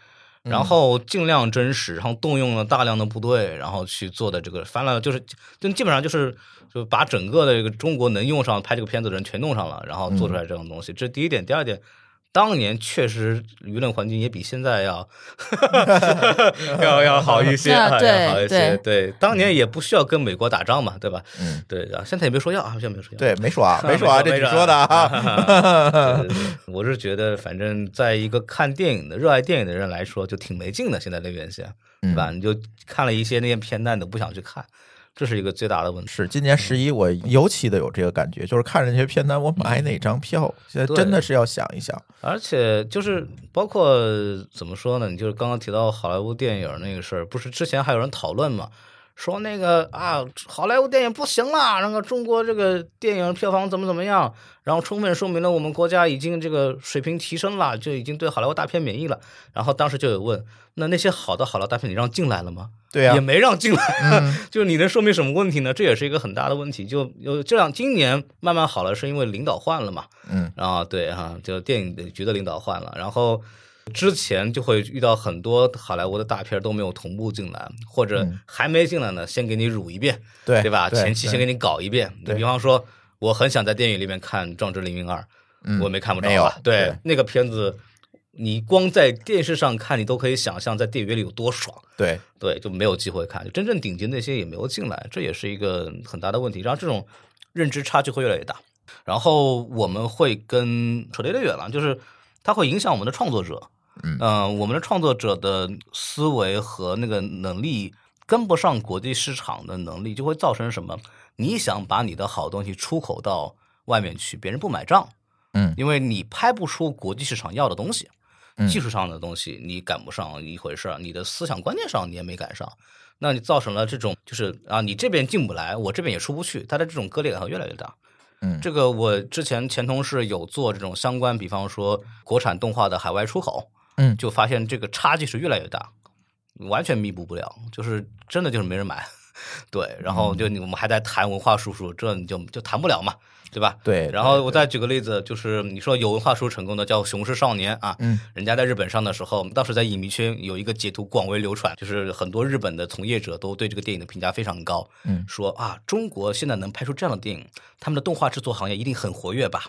然后尽量真实，然后动用了大量的部队，然后去做的这个翻了，就是就基本上就是就把整个的这个中国能用上拍这个片子的人全弄上了，然后做出来这种东西，这是第一点。第二点，当年确实舆论环境也比现在要要要好一些， 啊、对要好一些。对，当年也不需要跟美国打仗嘛，对吧？嗯，对啊，现在也没说要，好像没说要， 对，没说啊，没说啊，这你说的啊。对对对，我是觉得，反正在一个看电影的、热爱电影的人来说，就挺没劲的。现在的院线，对吧？嗯、你就看了一些那些片段，都不想去看。这是一个最大的问题。 是今年十一，我尤其的有这个感觉，就是看着这些片单，我买哪张票？现在真的是要想一想。 而且就是包括怎么说呢？你就是刚刚提到好莱坞电影那个事儿，不是之前还有人讨论嘛？说那个啊，好莱坞电影不行了，然后中国这个电影票房怎么怎么样，然后充分说明了我们国家已经这个水平提升了，就已经对好莱坞大片免疫了。然后当时就有问，那那些好的好莱坞大片你让进来了吗？ 对呀、啊， 也没让进来， 嗯、 就是你能说明什么问题呢？这也是一个很大的问题。就有这样，今年慢慢好了，是因为领导换了嘛？ 嗯， 然后对哈、啊，就电影局的领导换了，然后。之前就会遇到很多好莱坞的大片都没有同步进来，或者还没进来呢，先给你辱一遍， 对对吧？ 对前期先给你搞一遍。你比方说，我很想在电影里面看《壮志凌云二》，嗯，我没看不着啊。对， 对那个片子，你光在电视上看，你都可以想象在电影院里有多爽。 对对，就没有机会看，就真正顶级那些也没有进来，这也是一个很大的问题。然后这种认知差距会越来越大，然后我们会跟扯得有点远了，就是它会影响我们的创作者。嗯、呃，我们的创作者的思维和那个能力跟不上国际市场的能力，就会造成什么？你想把你的好东西出口到外面去，别人不买账， 嗯， 因为你拍不出国际市场要的东西，技术上的东西你赶不上一回事，你的思想观念上你也没赶上，那你造成了这种就是啊，你这边进不来，我这边也出不去，它的这种割裂感会越来越大。 嗯， 这个我之前前同事有做这种相关，比方说国产动画的海外出口。 嗯， 就发现这个差距是越来越大，完全弥补不了，就是真的就是没人买，对，然后就你我们还在谈文化输出，这你就就谈不了嘛，对吧？ 对。 然后我再举个例子，就是你说有文化输出成功的叫《雄狮少年》啊， 嗯， 人家在日本上的时候，当时在影迷圈有一个截图广为流传，就是很多日本的从业者都对这个电影的评价非常高， 嗯， 说啊，中国现在能拍出这样的电影，他们的动画制作行业一定很活跃吧。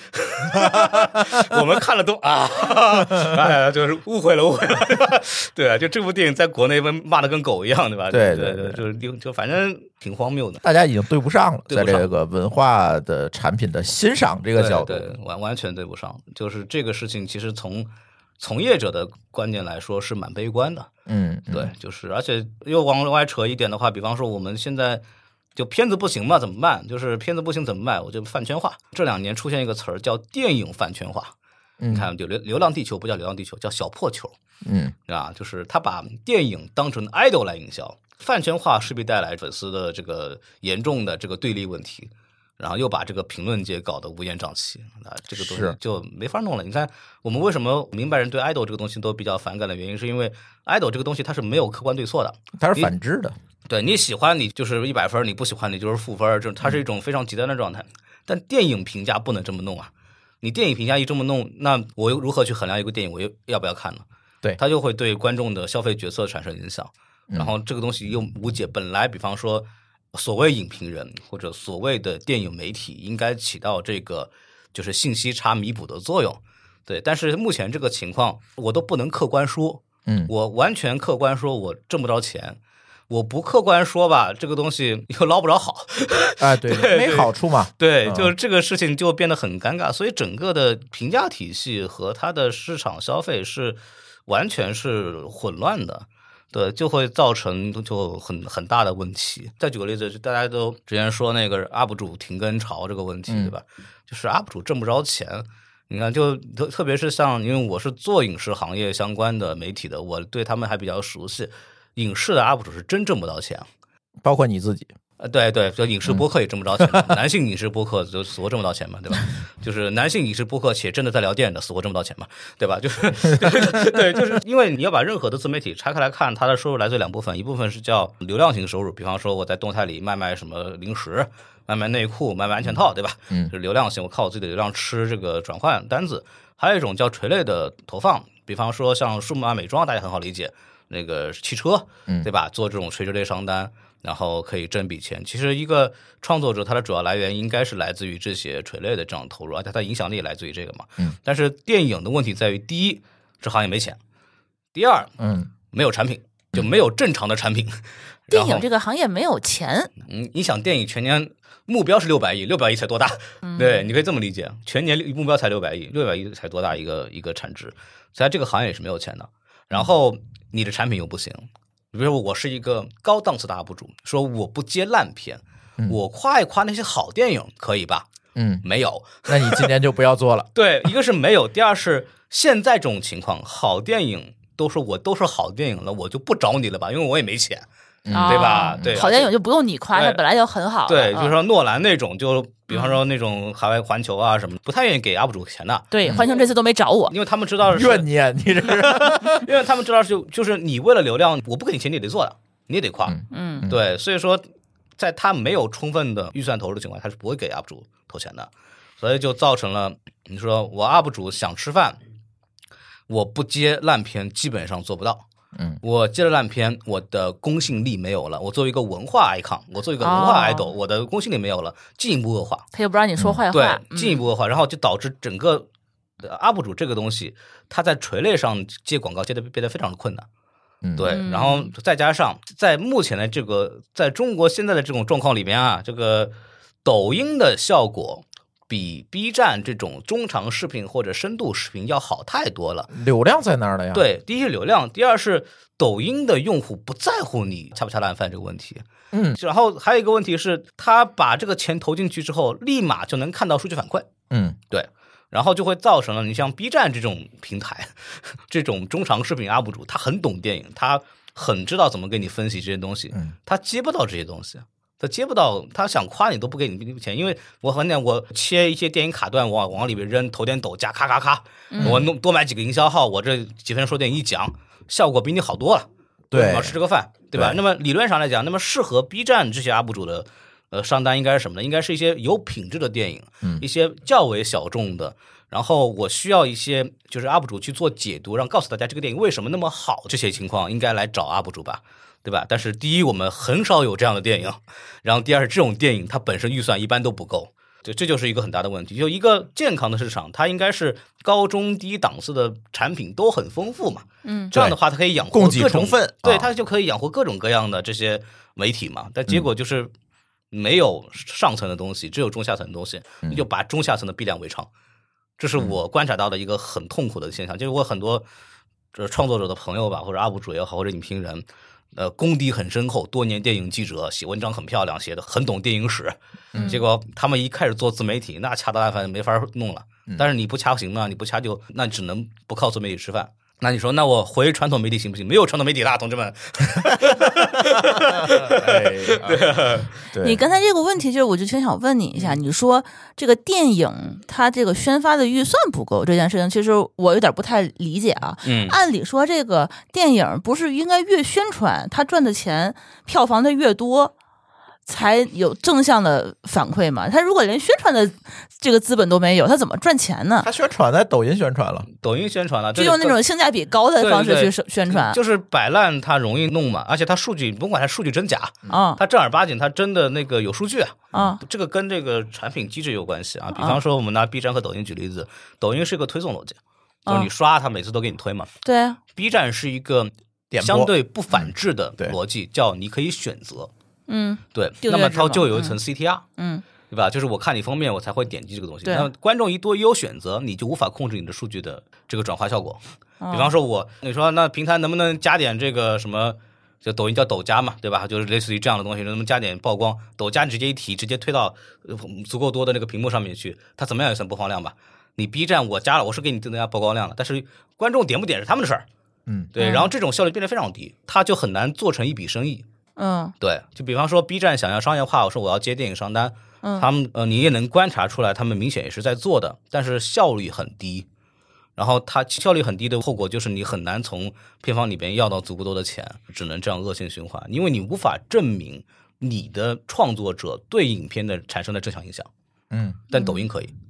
我们看了都啊，哎，就是误会了，误会了，对吧？对啊，就这部电影在国内被骂的跟狗一样，对吧？ 对对对，就是就就反正挺荒谬的。 大家已经对不上了， 对不上在这个文化的产品的欣赏这个角度， 对对完完全对不上。就是这个事情，其实从从业者的观念来说是蛮悲观的。 嗯，嗯对，就是而且又往外扯一点的话，比方说我们现在。就片子不行嘛，怎么办？就是片子不行怎么办？我就饭圈化。这两年出现一个词儿叫电影饭圈化。 嗯、 你看，就流流浪地球不叫流浪地球，叫小破球。 嗯， 啊，就是他把电影当成 idol 来营销，饭圈化势必带来粉丝的这个严重的这个对立问题，然后又把这个评论界搞得乌烟瘴气啊，这个东西就没法弄了。你看，我们为什么明白人对 idol 这个东西都比较反感的原因，是因为 idol 这个东西它是没有客观对错的， 它是反制的。 对，你喜欢你就是一百分，你不喜欢你就是负分，就它是一种非常极端的状态。但电影评价不能这么弄啊！你电影评价一这么弄，那我又如何去衡量一个电影我要不要看呢？ 对， 它就会对观众的消费决策产生影响。然后这个东西又无解。本来比方说，所谓影评人或者所谓的电影媒体应该起到这个就是信息差弥补的作用。对，但是目前这个情况我都不能客观说， 嗯， 我完全客观说我挣不着钱。我不客观说吧，这个东西又捞不着好， 啊，对，没好处嘛。 对，就是这个事情就变得很尴尬，所以整个的评价体系和它的市场消费是完全是混乱的，对，就会造成就很很大的问题。再举个例子，就大家都之前说那个 U P 主停更潮这个问题，对吧？嗯、就是 U P 主挣不着钱。你看，就特特别是像，因为我是做影视行业相关的媒体的，我对他们还比较熟悉。影视的 U P 主是真挣不到钱， 包括你自己。 呃，对对，就影视播客也挣不着钱，嗯、男性影视播客就死活挣不到钱嘛，对吧？就是男性影视播客且真的在聊电影的，死活挣不到钱嘛，对吧？就是对，就是因为你要把任何的自媒体拆开来看，它的收入来自两部分，一部分是叫流量型收入，比方说我在动态里卖卖什么零食，卖卖内裤，卖卖安全套，对吧？嗯，是流量型，我靠我自己的流量吃这个转换单子。还有一种叫垂类的投放， 比方说像数码美妆，大家很好理解，那个汽车，对吧？做这种垂直类商单，然后可以挣笔钱。其实一个创作者他的主要来源应该是来自于这些垂类的这样投入，而且他影响力也来自于这个嘛。 嗯。 但是电影的问题在于，第一，这行业没钱；第二， 嗯， 没有产品，就没有正常的产品。 电影这个行业没有钱。 嗯，你想电影全年目标是六百亿，六百亿才多大？ 嗯、 对，你可以这么理解，全年目标才六百亿，六百亿才多大一个一个产值？所以这个行业也是没有钱的。然后你的产品又不行，比如说我是一个高档次的 U P 主，说我不接烂片，嗯、我夸一夸那些好电影，可以吧？ 嗯， 没有， 那你今年就不要做了。 对，一个是没有，第二是现在这种情况，好电影都说我都是好电影了，我就不找你了吧，因为我也没钱。嗯、对吧？对， 好电影就不用你夸，它本来就很好。 对，就是说诺兰那种，就比方说那种海外环球啊什么，不太愿意给 U P 主钱的。 对，环球这次都没找我， 因为他们知道是怨念，你这是， 因为他们知道是就是你为了流量，我不给你钱，你得做的，你也得夸。 嗯， 对，所以说在他没有充分的预算投入的情况下，他是不会给 U P 主投钱的，所以就造成了你说我 U P 主想吃饭，我不接烂片，基本上做不到。 嗯， 我接了烂片，我的公信力没有了。我作为一个文化 icon， 我作为一个文化 idol，、哦、我的公信力没有了，进一步恶化。 他又不让你说坏话， 嗯、对，进一步恶化，然后就导致整个 U P 主这个东西，他在垂类上接广告接的变得非常的困难。 嗯， 对，然后再加上在目前的这个在中国现在的这种状况里面啊，这个抖音的效果比 B 站这种中长视频或者深度视频要好太多了， 流量在那儿了呀。 对，第一是流量，第二是抖音的用户不在乎你恰不恰烂饭这个问题。 嗯， 然后还有一个问题是，他把这个钱投进去之后，立马就能看到数据反馈。 嗯， 对，然后就会造成了你像 B 站这种平台，这种中长视频 U P 主，他很懂电影，他很知道怎么给你分析这些东西，他接不到这些东西。他接不到，他想夸你都不给你钱，因为我很简单，我切一些电影卡段，往往里边扔，投点抖加咔咔咔，嗯、我弄多买几个营销号，我这几分钟说电影一讲，效果比你好多了。 对， 我吃这个饭，对吧？ 对， 那么理论上来讲，那么适合 B 站这些 U P 主的呃商单应该是什么呢？应该是一些有品质的电影， 嗯、 一些较为小众的。然后我需要一些就是 U P 主去做解读，让告诉大家这个电影为什么那么好，这些情况应该来找 U P 主吧。对吧？但是第一，我们很少有这样的电影，然后第二是这种电影它本身预算一般都不够，对，这就是一个很大的问题。就一个健康的市场，它应该是高中低档次的产品都很丰富嘛， 嗯， 这样的话它可以养活供给各种充分， 对， 啊、 它就可以养活各种各样的这些媒体嘛。但结果就是没有上层的东西，只有中下层的东西，你就把中下层的逼良为娼，这是我观察到的一个很痛苦的现象。就是我很多创作者的朋友吧，或者 U P 主也好，或者影评人。呃，功底很深厚，多年电影记者，写文章很漂亮，写的很懂电影史。嗯、结果他们一开始做自媒体，那掐的烂饭没法弄了。 嗯、 但是你不掐行吗？你不掐就那只能不靠自媒体吃饭。那你说，那我回传统媒体行不行？没有传统媒体啦，同志们。 哎、 你刚才这个问题，就是我就挺想问你一下，你说这个电影它这个宣发的预算不够这件事情，其实我有点不太理解啊。 嗯， 按理说这个电影不是应该越宣传，它赚的钱票房的越多，才有正向的反馈嘛？他如果连宣传的这个资本都没有，他怎么赚钱呢？ 他宣传在抖音宣传了， 抖音宣传了， 就用那种性价比高的方式去宣传， 对对就是摆烂，它容易弄嘛，而且它数据甭管它数据真假啊， 它正儿八经，它真的那个有数据啊， 啊， 这个跟这个产品机制有关系啊。比方说，我们拿 B 站和抖音举例子，抖音是一个推送逻辑，就是你刷它每次都给你推嘛， 对啊 ，B 站是一个相对不反制的逻辑，叫你可以选择。 嗯， 对，那么它就有一层 C T R， 嗯，对吧？就是我看你封面，我才会点击这个东西。那观众一多有选择，你就无法控制你的数据的这个转化效果。 哦、 比方说我，你说那平台能不能加点这个什么？就抖音叫抖加嘛，对吧？就是类似于这样的东西，能不能加点曝光？抖加直接一提，直接推到足够多的那个屏幕上面去，它怎么样也算播放量吧？你 B 站我加了，我是给你增加曝光量了，但是观众点不点是他们的事儿。 嗯， 对，然后这种效率变得非常低，它就很难做成一笔生意。 嗯， 对，就比方说 B 站想要商业化，我说我要接电影商单， 嗯， 他们呃你也能观察出来，他们明显也是在做的，但是效率很低。然后它效率很低的后果就是你很难从片方里边要到足够多的钱，只能这样恶性循环，因为你无法证明你的创作者对影片的产生的正向影响。 嗯， 但抖音可以。 嗯，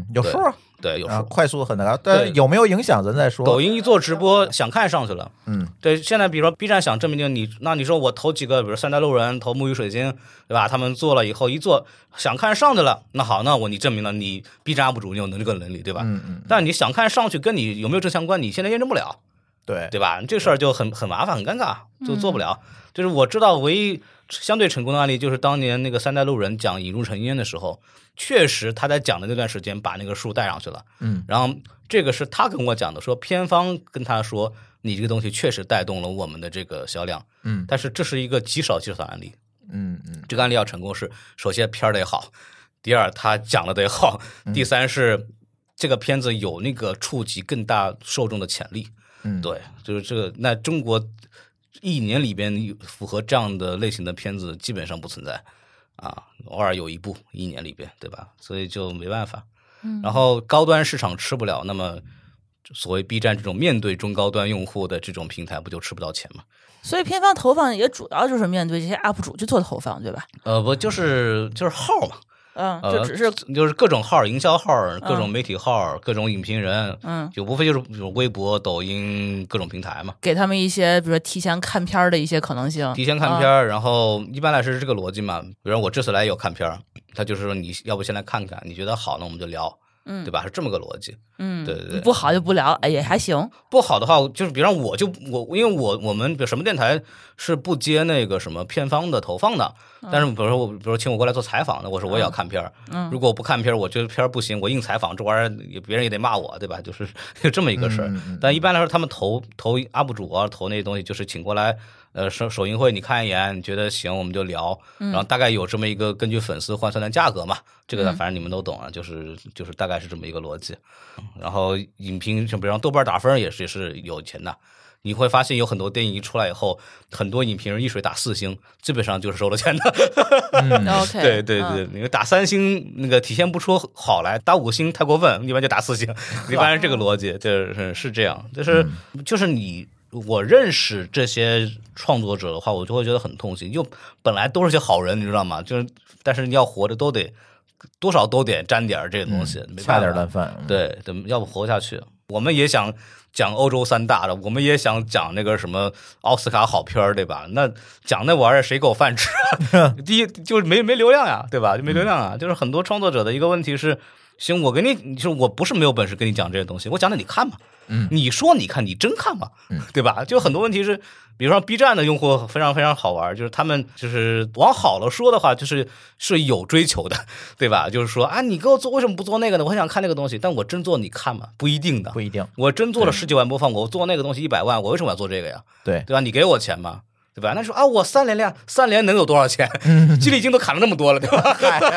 有数啊。 对，有数、 啊，快速很高，但有没有影响咱再说。 抖音一做直播，想看上去了， 嗯， 对。现在比如说 B 站想证明你，那你说我投几个，比如三代路人投木鱼水晶，对吧？他们做了以后一做想看上去了，那好，那我你证明了你 B 站 U P 主你有这个能力，对吧？ 嗯嗯。 但你想看上去跟你有没有正相关，你现在验证不了， 对对吧？这事儿就很很麻烦，很尴尬，就做不了。嗯、就是我知道唯一相对成功的案例，就是当年那个三代路人讲引入尘烟的时候。确实，他在讲的那段时间把那个数带上去了， 嗯， 然后这个是他跟我讲的，说偏方跟他说，你这个东西确实带动了我们的这个销量， 嗯， 但是这是一个极少极少的案例， 嗯嗯， 这个案例要成功是，首先片儿得好，第二他讲的得好，第三是这个片子有那个触及更大受众的潜力， 嗯， 对，就是这个，那中国一年里边符合这样的类型的片子基本上不存在。啊，偶尔有一部一年里边，对吧？所以就没办法。 嗯， 然后高端市场吃不了，那么所谓 B 站这种面对中高端用户的这种平台，不就吃不到钱吗？ 所以偏方投放也主要就是面对这些 U P 主去做投放，对吧？ 呃，不就是就是号嘛。 嗯，就只是、 呃、就是各种号，营销号，各种媒体号，嗯、各种影评人， 嗯， 就无非就是微博、抖音各种平台嘛， 给他们一些比如说提前看片的一些可能性， 提前看片、嗯，然后一般来说是这个逻辑嘛。比如我这次来也有看片，他就是说你要不先来看看，你觉得好，那我们就聊。嗯，对吧？是这么个逻辑。 嗯， 对对对， 不好就不聊，哎，也还行。 不好的话，就是比方我就我，因为我我们比如什么电台是不接那个什么片方的投放的，嗯、但是比如说我，比如说请我过来做采访的，我说我也要看片儿。嗯，如果我不看片儿，我觉得片儿不行，我硬采访这玩意儿，也别人也得骂我，对吧？就是就这么一个事儿。嗯嗯、但一般来说，他们投投 U P 主啊，投那些东西，就是请过来。呃，首首映会你看一眼，你觉得行，我们就聊，然后大概有这么一个根据粉丝换算的价格嘛，这个反正你们都懂啊，就是就是大概是这么一个逻辑。然后影评，像比方豆瓣打分也是也是有钱的，你会发现有很多电影一出来以后，很多影评人一水打四星，基本上就是收了钱的。 嗯，OK， 对对对，你、嗯、打三星那个体现不出好来，打五星太过分，一般就打四星，一般是这个逻辑，就是是这样，就是就是你。我认识这些创作者的话，我就会觉得很痛心。就本来都是些好人，你知道吗？就是，但是你要活着都得多少都得沾点这个东西， 嗯、 没差点烂饭。 嗯、对，要不活下去。我们也想讲欧洲三大的，我们也想讲那个什么奥斯卡好片儿，对吧？那讲那玩意儿谁给我饭吃啊？第一就是没没流量呀，对吧？就没流量啊。嗯、就是很多创作者的一个问题是，行，我跟你就是我不是没有本事跟你讲这些东西，我讲的你看嘛。 嗯， 你说你看，你真看吗？嗯，对吧？就很多问题是，比如说 B 站的用户非常非常好玩，就是他们就是往好了说的话，就是是有追求的，对吧？就是说啊，你给我做为什么不做那个呢？我很想看那个东西，但我真做你看吗？不一定的， 不一定。 我真做了十几万播放，我做那个东西一百万，我为什么要做这个呀？ 对， 对吧？你给我钱吗？对吧？那说啊，我三连量，三连能有多少钱？激励金都砍了那么多了，对吧？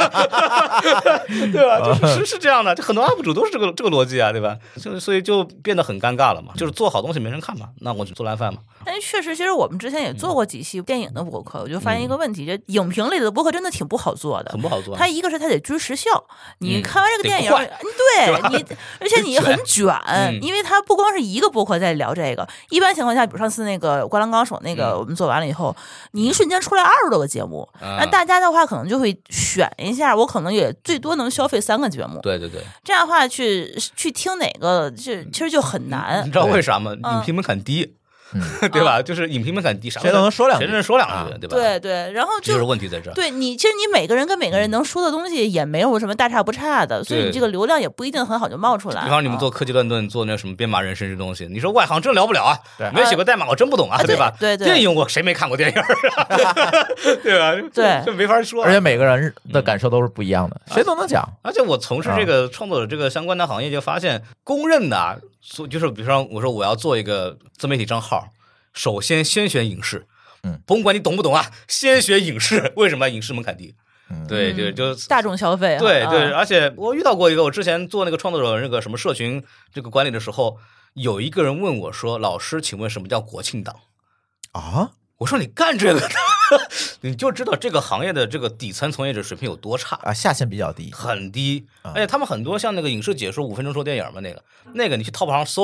对吧？就是是是这样的，就很多 U P 主都是这个这个逻辑啊，对吧？就所以就变得很尴尬了嘛。就是做好东西没人看嘛，那我就做烂饭嘛。 但确实，其实我们之前也做过几期电影的播客，我就发现一个问题，就影评类的播客真的挺不好做的， 很不好做。 它一个是它得追时效，你看完这个电影，对你，而且你很卷，因为它不光是一个播客在聊这个。一般情况下，比如上次那个《灌篮高手》那个，我们做完了以后，你一瞬间出来二十多个节目，那大家的话可能就会选一下，我可能也最多能消费三个节目。 对对对， 这样的话去去听哪个，就其实就很难。 你知道为啥吗？影评门槛低。嗯、对吧？就是影评门槛低，啥谁都能说两句， 谁都能说两句， 啊、 对吧？ 对对，然后就就是问题在这儿。 对你，其实你每个人跟每个人能说的东西也没有什么大差不差的，所以你这个流量也不一定很好就冒出来。 比方你们做科技乱炖，做那什么编码人生这东西，你说外行真聊不了啊，没写过代码我真不懂啊， 啊对吧？ 对对， 电影我谁没看过电影啊？对吧？ 对， 这没法说。 而且每个人的感受都是不一样的，嗯、谁都能讲。 而且我从事这个创作者这个相关的行业，就发现公认的啊，就是比如说我说我要做一个自媒体账号。首先先选影视， 嗯， 甭管你懂不懂啊，先选影视。为什么影视门槛低？ 嗯， 对，就就大众消费。 对对， 嗯、 而且我遇到过一个，我之前做那个创作者那个什么社群这个管理的时候，有一个人问我说：“老师，请问什么叫国庆档？” 啊， 我说你干这个的，你就知道这个行业的这个底层从业者水平有多差啊，下限比较低， 很低。而且他们很多像那个影视解说五分钟说电影嘛，那个那个你去淘宝上搜。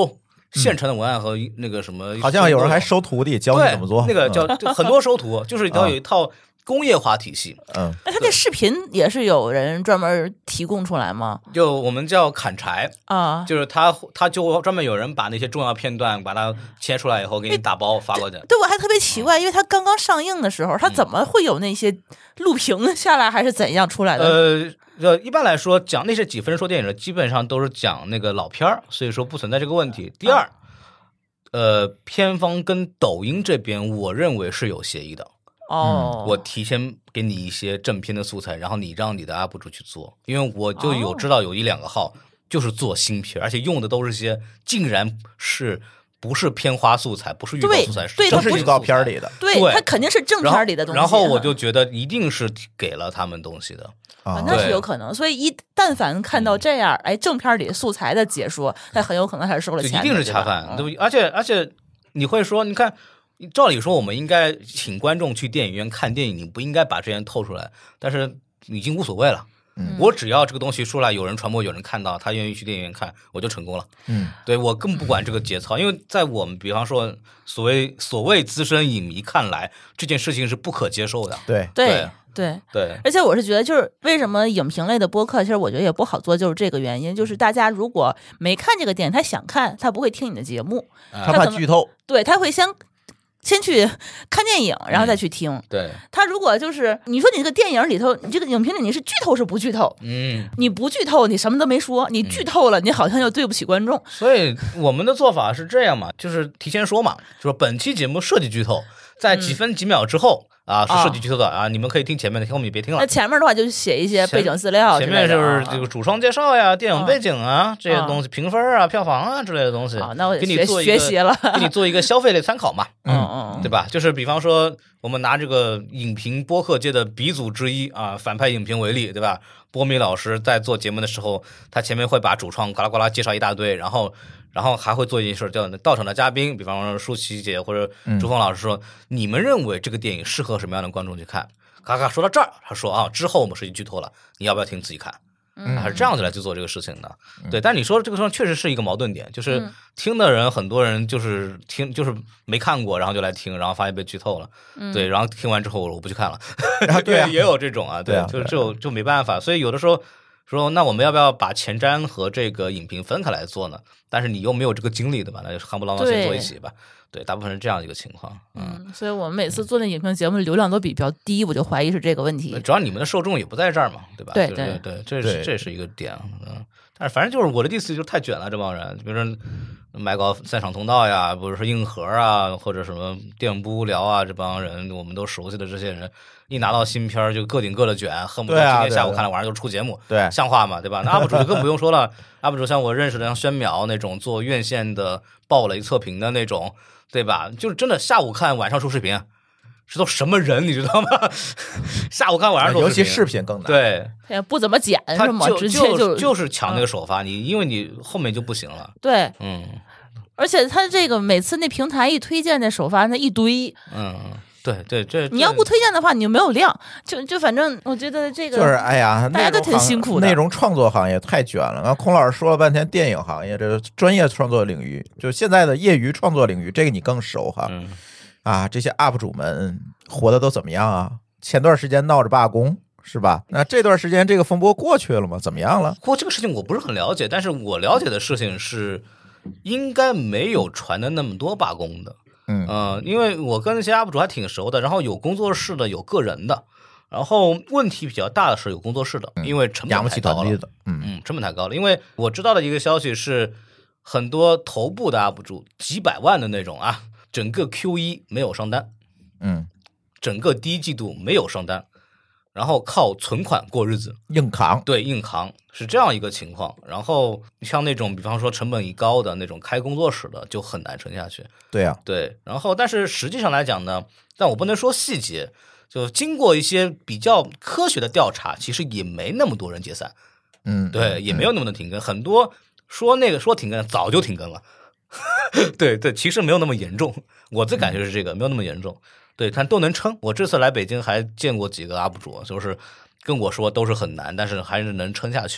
现成的文案和那个什么， 好像有人还收徒弟教你怎么做， 那个叫就很多收徒，就是要有一套工业化体系。 嗯， 那他这视频也是有人专门提供出来吗？ 就我们叫砍柴啊， 就是他他就专门有人把那些重要片段把它切出来以后给你打包发过去。 对，我还特别奇怪，因为他刚刚上映的时候，他怎么会有那些录屏下来，还是怎样出来的？ 呃。呃，一般来说，讲那些几分说电影的，基本上都是讲那个老片儿，所以说不存在这个问题。第二，呃，片方跟抖音这边，我认为是有协议的。 哦， 我提前给你一些正片的素材，然后你让你的 U P 主去做，因为我就有知道有一两个号就是做新片，而且用的都是些竟然是。不是片花素材，不是预告素材， 对， 都是预告片里的。 对，它肯定是正片里的东西。 然后我就觉得一定是给了他们东西的， 啊，那是有可能。所以一但凡看到这样，哎，正片里素材的解说，那很有可能还是收了钱的， 一定是恰饭，对不对？而且而且你会说，你看，照理说我们应该请观众去电影院看电影，你不应该把这些透出来，但是已经无所谓了。 嗯、 我只要这个东西出来，有人传播，有人看到，他愿意去电影院看，我就成功了。 嗯， 对，我更不管这个节操，因为在我们比方说所谓所谓资深影迷看来，这件事情是不可接受的。 对对对对对， 而且我是觉得，就是为什么影评类的播客，其实我觉得也不好做，就是这个原因，就是大家如果没看这个电影，他想看，他不会听你的节目， 他怕剧透， 对，他会先。先去看电影，然后再去听。嗯、 对， 他如果就是你说你这个电影里头，你这个影评里你是剧透是不剧透？ 嗯， 你不剧透，你什么都没说；你剧透了，你好像又对不起观众。 所以我们的做法是这样嘛，就是提前说嘛，就说本期节目涉及剧透，在几分几秒之后。嗯啊，是涉及剧透的啊！你们可以听前面的，听后面也别听了。 那前面的话就写一些背景资料， 前面就是这个主创介绍呀、电影背景啊这些东西，评分啊、票房啊之类的东西。 啊，那我给你做学习了， 给你做一个消费类参考嘛， 嗯嗯， 对吧？就是比方说，我们拿这个影评播客界的鼻祖之一啊，反派影评为例，对吧？波米老师在做节目的时候，他前面会把主创呱啦呱啦介绍一大堆，然后。然后还会做一件事，叫到场的嘉宾，比方说舒淇姐或者朱峰老师说、嗯，你们认为这个电影适合什么样的观众去看？咔咔说到这儿，他说啊，之后我们涉及剧透了，你要不要听自己看？嗯，还是这样子来去做这个事情的。嗯、对，但你说这个地方确实是一个矛盾点，就是听的人、嗯、很多人就是听就是没看过，然后就来听，然后发现被剧透了。嗯、对，然后听完之后我不去看了。 啊、对、啊， 也有这种啊，对， 对啊就就就没办法，所以有的时候。说那我们要不要把前瞻和这个影评分开来做呢？但是你又没有这个精力，对吧？那就夯不啷当先做一起吧。对，大部分是这样一个情况。 嗯，嗯所以我们每次做那影评节目的流量都比较低，我就怀疑是这个问题。 主要你们的受众也不在这儿嘛，对吧？ 对对对，这是这是一个点。嗯，但是反正就是我的意思，就是太卷了，这帮人，比如说买个散场通道呀，比如说硬核啊，或者什么电影不无聊啊，这帮人我们都熟悉的这些人。一拿到新片就个顶个的卷，恨不得今天下午看了晚上就出节目， 对， 像话嘛，对吧？那 U P 主就更不用说了，U P 主像我认识的像宣淼那种做院线的暴雷测评的那种，对吧？就是真的下午看晚上出视频，这都什么人你知道吗？下午看晚上出视频， 尤其视频更难， 对， 也不怎么剪是吗？直接就就是抢那个首发，你因为你后面就不行了， 对， 嗯， 而且他这个每次那平台一推荐那首发那一堆， 嗯。对对，这你要不推荐的话，你就没有量。就就反正我觉得这个就是哎呀， 大家都挺辛苦的。 内容创作行业太卷了。然后孔老师说了半天电影行业这个专业创作领域，就现在的业余创作领域，这个你更熟哈。 嗯、 啊，这些 U P 主们活的都怎么样啊？前段时间闹着罢工是吧？那这段时间这个风波过去了吗？怎么样了？ 不过这个事情我不是很了解，但是我了解的事情是，应该没有传的那么多罢工的。 嗯、 呃、因为我跟那些 U P 主还挺熟的，然后有工作室的，有个人的，然后问题比较大的是有工作室的， 嗯、 因为成本太高了， 嗯嗯，成本太高了。因为我知道的一个消息是，很多头部的 U P 主几百万的那种啊，整个 Q 一没有上单， 嗯， 整个第一季度没有上单。然后靠存款过日子， 硬扛， 对，硬扛是这样一个情况。然后像那种比方说成本一高的那种开工作室的，就很难撑下去。 对呀、啊， 对。然后但是实际上来讲呢，但我不能说细节，就经过一些比较科学的调查，其实也没那么多人解散。 嗯， 对，也没有那么多停更，嗯、很多说那个说停更早就停更了。对对，其实没有那么严重，我自感觉是这个、嗯、没有那么严重。对，看都能撑。我这次来北京还见过几个 U P 主，就是跟我说都是很难，但是还是能撑下去。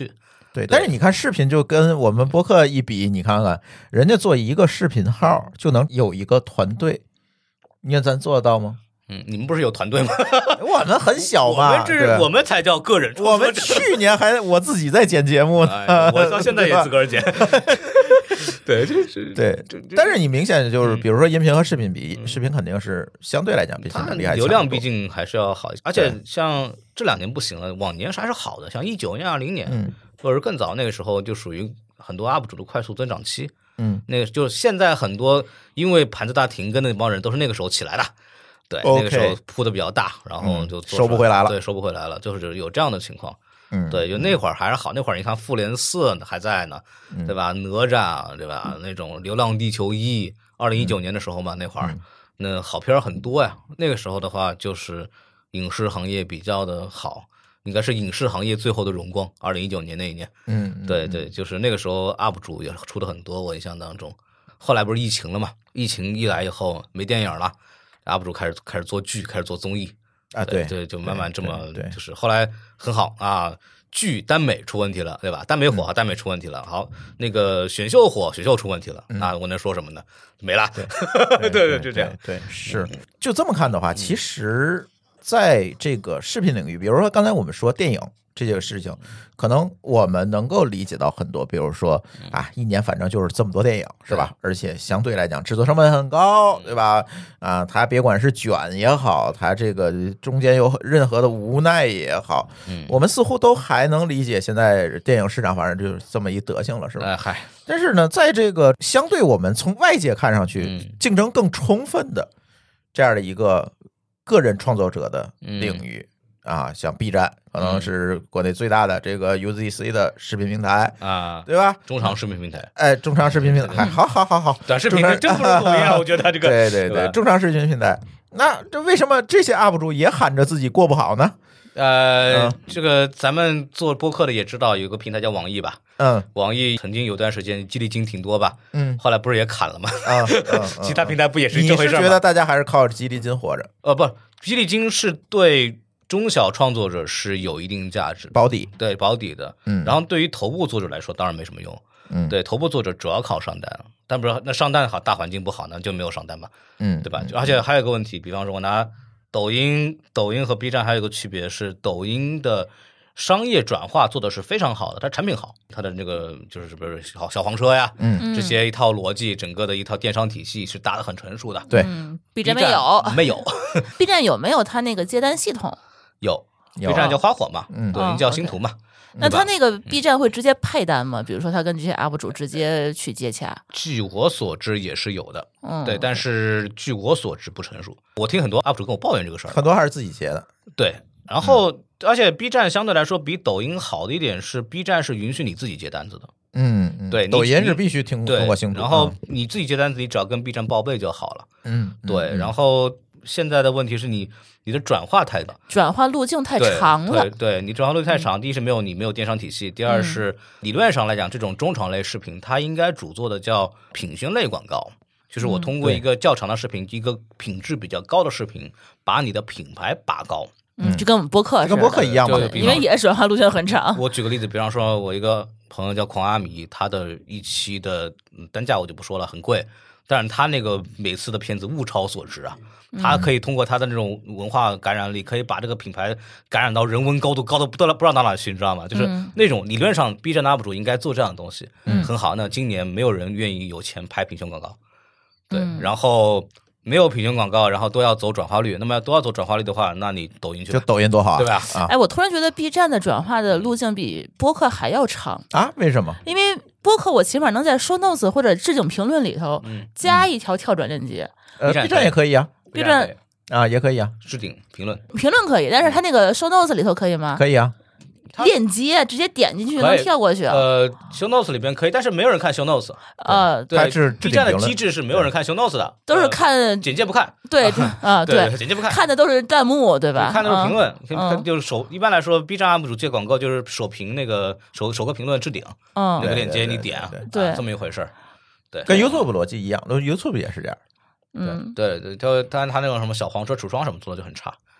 对，但是你看视频就跟我们播客一比，你看看人家做一个视频号就能有一个团队，你看咱做得到吗？ 嗯，你们不是有团队吗？ 我们很小嘛， 我们这我们才叫个人创作者。 我们去年还我自己在剪节目呢， 哎、我到现在也自个儿剪。对，这是对，但是你明显就是，比如说音频和视频比，嗯、视频肯定是相对来讲比现在厉害， 流量毕竟还是要好一些。而且像这两年不行了，往年还是好的，像一九年、二零年，嗯，或者更早那个时候，就属于很多 U P 主的快速增长期。 嗯， 那个就是现在很多因为盘子大停更的那帮人都是那个时候起来的。对， okay, 那个时候铺的比较大，然后就收不回来了。 对，收不回来了，就是有这样的情况。 嗯， 对，就那会儿还是好，那会儿你看复联四还在呢， 嗯、 对吧？哪吒，对吧？那种流浪地球一，二零一九年的时候嘛，那会儿、 嗯、 那好片很多呀。那个时候的话，就是影视行业比较的好，应该是影视行业最后的荣光。二零一九年那一年， 嗯， 对对，就是那个时候 U P 主也出的很多，我印象当中。后来不是疫情了嘛？疫情一来以后没电影了。U P 主开始开始做剧，开始做综艺啊，对对，就慢慢这么，就是后来很好啊，剧耽美出问题了，对吧？耽美火， 嗯、 耽美出问题了，好，那个选秀火，选秀出问题了， 嗯、 那我能说什么呢？没了， 对对对，就这样， 对，是，就这么看的话，其实在这个视频领域，比如说刚才我们说电影。这件事情，可能我们能够理解到很多，比如说啊，一年反正就是这么多电影，是吧？而且相对来讲制作成本很高，对吧？啊，它别管是卷也好，它这个中间有任何的无奈也好，我们似乎都还能理解现在电影市场反正就是这么一德行了，是吧？ 哎嗨， 但是呢，在这个相对我们从外界看上去竞争更充分的这样的一个个人创作者的领域。啊，像 B 站可能是国内最大的这个 U Z C 的视频平台啊， 对吧？ 中长视频平台， 哎，中长视频平台，好好好好， 短视频真不容易啊！我觉得这个， 对对对，中长视频平台。那这为什么这些 U P 主也喊着自己过不好呢？ 呃， 嗯、 这个咱们做播客的也知道，有个平台叫网易吧？ 嗯， 网易曾经有段时间激励金挺多吧？ 嗯， 后来不是也砍了吗？ 啊、嗯嗯， 其他平台不也是这回事吗？ 你是觉得大家还是靠激励金活着？ 呃，不，激励金是对。中小创作者是有一定价值保底， 对保底的， 嗯， 然后对于头部作者来说，当然没什么用， 嗯， 对，头部作者主要靠上单，但不是那上单好，大环境不好，那就没有上单嘛， 嗯， 对吧？而且还有一个问题，比方说我拿抖音，抖音和 B 站还有一个区别是，抖音的商业转化做的是非常好的，它产品好，它的那个就是比如小小黄车呀， 嗯， 这些一套逻辑，整个的一套电商体系是搭得很成熟的， 对、 嗯、，B 站没有， 没有 ，B 站有没有它那个接单系统？ 有。B 站叫花火嘛， 嗯， 抖音叫星图嘛。 那他那个 B 站会直接配单吗？比如说他跟这些 U P 主直接去接洽？ 据我所知也是有的， 嗯， 对，但是据我所知不成熟。我听很多 U P 主跟我抱怨这个事儿， 很多还是自己接的。 对，然后、嗯、而且 B 站相对来说比抖音好的一点是 B 站是允许你自己接单子的。 嗯，嗯对， 抖音是必须听通过星图， 然后你自己接单子，你只要跟 B 站报备就好了。 嗯， 对， 嗯、 然后现在的问题是你你的转化太大， 转化路径太长了。 对，对对你转化路径太长，嗯、第一是没有你没有电商体系，第二是、嗯、理论上来讲，这种中长类视频它应该主做的叫品宣类广告，就是我通过一个较长的视频，嗯、一个品质比较高的视频，把你的品牌拔高。 嗯，就跟我们播客跟播客一样嘛， 因为也是转化路径很长。 我举个例子，比方说我一个朋友叫狂阿米，他的一期的单价我就不说了，很贵，但是他那个每次的片子物超所值啊，他可以通过他的那种文化感染力，可以把这个品牌感染到人文高度，高的不知道不知道到哪去，你知道吗？就是那种理论上 B 站的 U P 主应该做这样的东西， 嗯， 很好。那今年没有人愿意有钱拍品宣广告，对，嗯、然后。没有品宣广告，然后都要走转化率。那么都要走转化率的话，那你抖音去就抖音多好， 对吧？ 啊， 哎，我突然觉得 B 站的转化的路径比播客还要长啊？为什么？ 因为播客我起码能在 show notes 或者置顶评论里头加一条跳转链接。 呃 B 站也可以啊 ，B 站啊也可以啊， 置顶评论评论可以，但是它那个 show notes 里头可以吗？ 可以啊。 链接直接点进去能跳过去。 呃 ，show notes 里边可以，但是没有人看 show notes。 呃， 对，B 站的机制是没有人看 show notes 的， 都是看简介不看。 对啊， 对，简介不看， 看的都是弹幕，对吧？ 看的是评论，看就是首一般来说 ，B 站 U P 主接广告就是首评那个首首个评论置顶， 嗯， 那个链接你点， 对， 这么一回事儿。对， 跟 YouTube 逻辑一样，YouTube 也是这样。 嗯， 对对，就当然他那种什么小黄车橱窗什么做的就很差。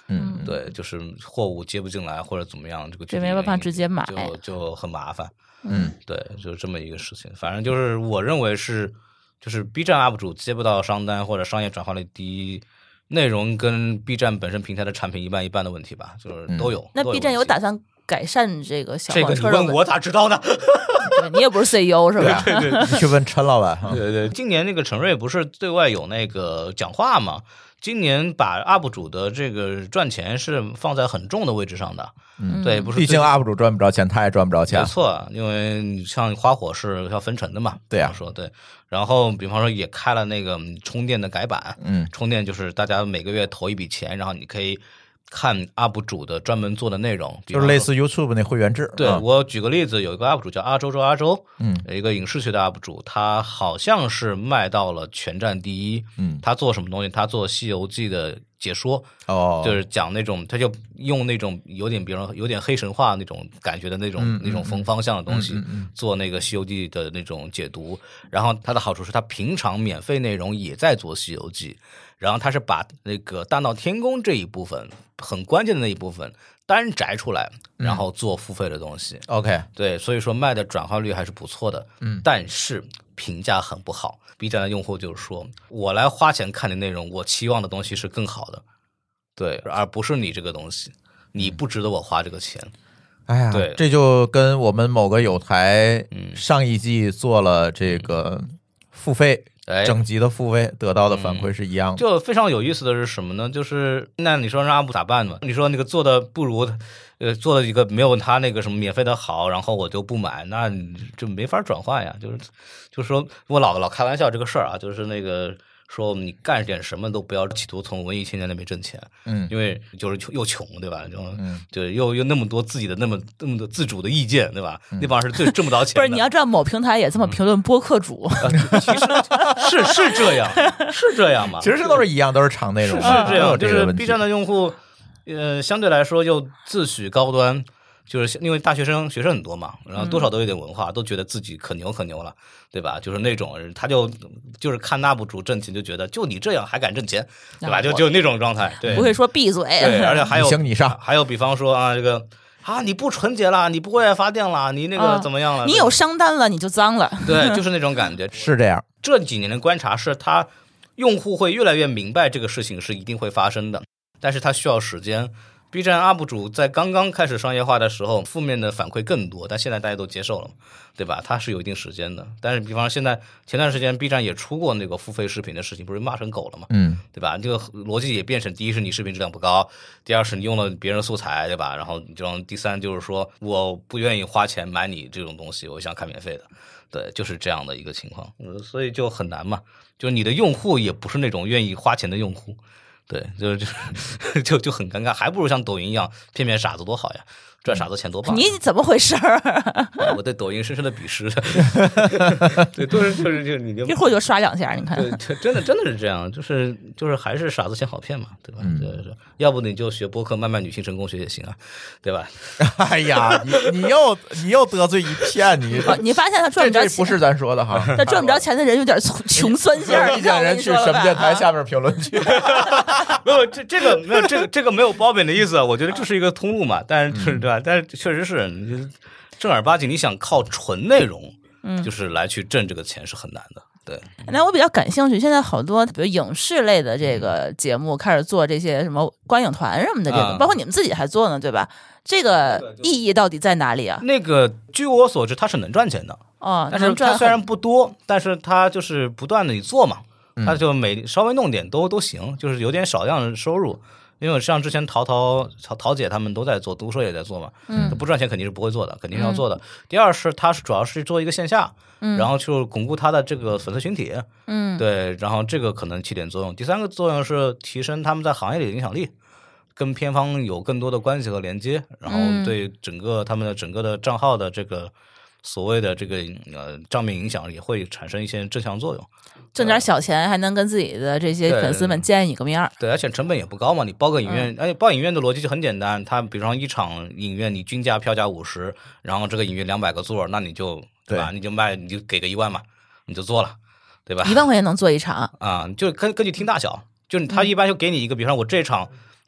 嗯， 对，就是货物接不进来或者怎么样，这个这没办法直接买， 就就很麻烦。 嗯， 对，就是这么一个事情。反正就是我认为是，就是 B 站 U P 主接不到商单或者商业转化率低，内容跟 B 站本身平台的产品一半一半的问题吧，就是都有。 嗯、那 B 站有打算改善这个小黄车的？ 这个你问我咋知道呢？ 对，你也不是 C E O 是吧？ 对对对， 你去问陈老板。 对对，今年那个陈瑞不是对外有那个讲话嘛？今年把 U P 主的这个赚钱是放在很重的位置上的。 嗯， 对，不是， 毕竟 U P 主赚不着钱，他也赚不着钱。 没错，因为你像花火是要分成的嘛。 对呀、啊， 说对。然后比方说也开了那个充电的改版， 嗯， 充电就是大家每个月投一笔钱，然后你可以看 U P 主的专门做的内容， 就是类似 YouTube 那会员制。 对、 嗯、 我举个例子，有一个 U P 主叫阿周周阿周， 嗯， 有一个影视学的 U P 主，他好像是卖到了全站第一。 嗯， 他做什么东西？他做《西游记》的解说， 哦， 就是讲那种，他就用那种有点，比如有点黑神话那种感觉的那种、 嗯、 那种风方向的东西， 嗯嗯嗯、 做那个《西游记》的那种解读。然后他的好处是他平常免费内容也在做《西游记》，然后他是把那个大闹天宫这一部分很关键的那一部分单摘出来，然后做付费的东西。 嗯、OK， 对，所以说卖的转化率还是不错的。 嗯， 但是评价很不好。B 站的用户就是说，我来花钱看的内容，我期望的东西是更好的，对，而不是你这个东西，你不值得我花这个钱。 哎呀， 对， 这就跟我们某个有台上一季做了这个付费。 哎， 整集的付费得到的反馈是一样的、 嗯。就非常有意思的是什么呢？就是那你说让阿布咋办呢？你说那个做的不如，呃，做了一个没有他那个什么免费的好，然后我就不买，那就没法转换呀。就是，就是说我老老开玩笑这个事儿啊，就是那个说你干点什么都不要企图从文艺青年那边挣钱， 嗯， 因为就是又穷对吧？就嗯，就又又那么多自己的那么那么多自主的意见对吧？ 嗯、 那帮人是最挣不到钱的。 不是，你要知道某平台也这么评论播客主， 嗯、其实是是这样，是这样嘛？ 其实都是一样，都是长内容， 是是这样， 这就是 B 站的用户，呃，相对来说又自诩高端。就是因为大学生学生很多嘛，然后多少都有点文化，嗯、都觉得自己可牛可牛了，对吧？就是那种人，他就就是看 U P 主挣钱就觉得就你这样还敢挣钱，对吧？就就那种状态，对， 不会说闭嘴， 对，而且还有你行你上， 还有比方说啊，这个啊你不纯洁了，你不会发电了，你那个怎么样了？ 啊、你有商单了，你就脏了， 对，就是那种感觉， 是这样。 这几年的观察是，他用户会越来越明白这个事情是一定会发生的，但是他需要时间。B 站 U P 主在刚刚开始商业化的时候，负面的反馈更多，但现在大家都接受了，对吧？它是有一定时间的。但是，比方说现在前段时间 B 站也出过那个付费视频的事情，不是骂成狗了吗？ 嗯， 对吧？这个逻辑也变成：第一是你视频质量不高，第二是你用了别人素材，对吧？然后这种第三就是说我不愿意花钱买你这种东西，我想看免费的。对，就是这样的一个情况，所以就很难嘛。就是你的用户也不是那种愿意花钱的用户。对，就就就就很尴尬，还不如像抖音一样骗骗傻子多好呀，赚傻子钱多棒！ 你怎么回事儿？ 我对抖音深深的鄙视。对，都是就是就你就一会儿就刷两下，你看， 对，真的真的是这样，就是就是还是傻子钱好骗嘛，对吧？嗯、就是要不你就学播客，慢慢女性成功学也行啊，对吧？ 哎呀，你你又你又得罪一片，你、 哦、你发现他赚不着钱， 这不是咱说的哈， 他赚不着钱的人有点穷酸性儿。 意见人去什么电台下面评论区。 没有这这个没有这个这个没有褒贬的意思，我觉得这是一个通路嘛，但是、嗯、对吧？但是确实是正儿八经，你想靠纯内容，嗯，就是来去挣这个钱是很难的。对， 那我比较感兴趣，现在好多比如影视类的这个节目开始做这些什么观影团什么的这种，嗯、包括你们自己还做呢，对吧？这个意义到底在哪里啊？ 那个据我所知，它是能赚钱的哦， 但是它虽然不多，但是它就是不断的做嘛。他就每稍微弄点都都行，就是有点少量收入，因为像之前陶陶陶陶姐他们都在做，毒舌也在做嘛，嗯，不赚钱肯定是不会做的，肯定是要做的。嗯、第二是他是主要是做一个线下，嗯，然后就巩固他的这个粉丝群体，嗯，对，然后这个可能起点作用。第三个作用是提升他们在行业里的影响力，跟片方有更多的关系和连接，然后对整个他们的整个的账号的这个所谓的这个呃账面影响也会产生一些正向作用。 挣点小钱还能跟自己的这些粉丝们见一个面儿， 对，而且成本也不高嘛。你包个影院，而且包影院的逻辑就很简单，它比方一场影院你均价票价五十，然后这个影院两百个座，那你就对吧？你就卖，你就给个一万嘛，你就做了，对吧？ 一万块钱能做一场啊？就根根据厅大小，就他一般就给你一个，比方我这场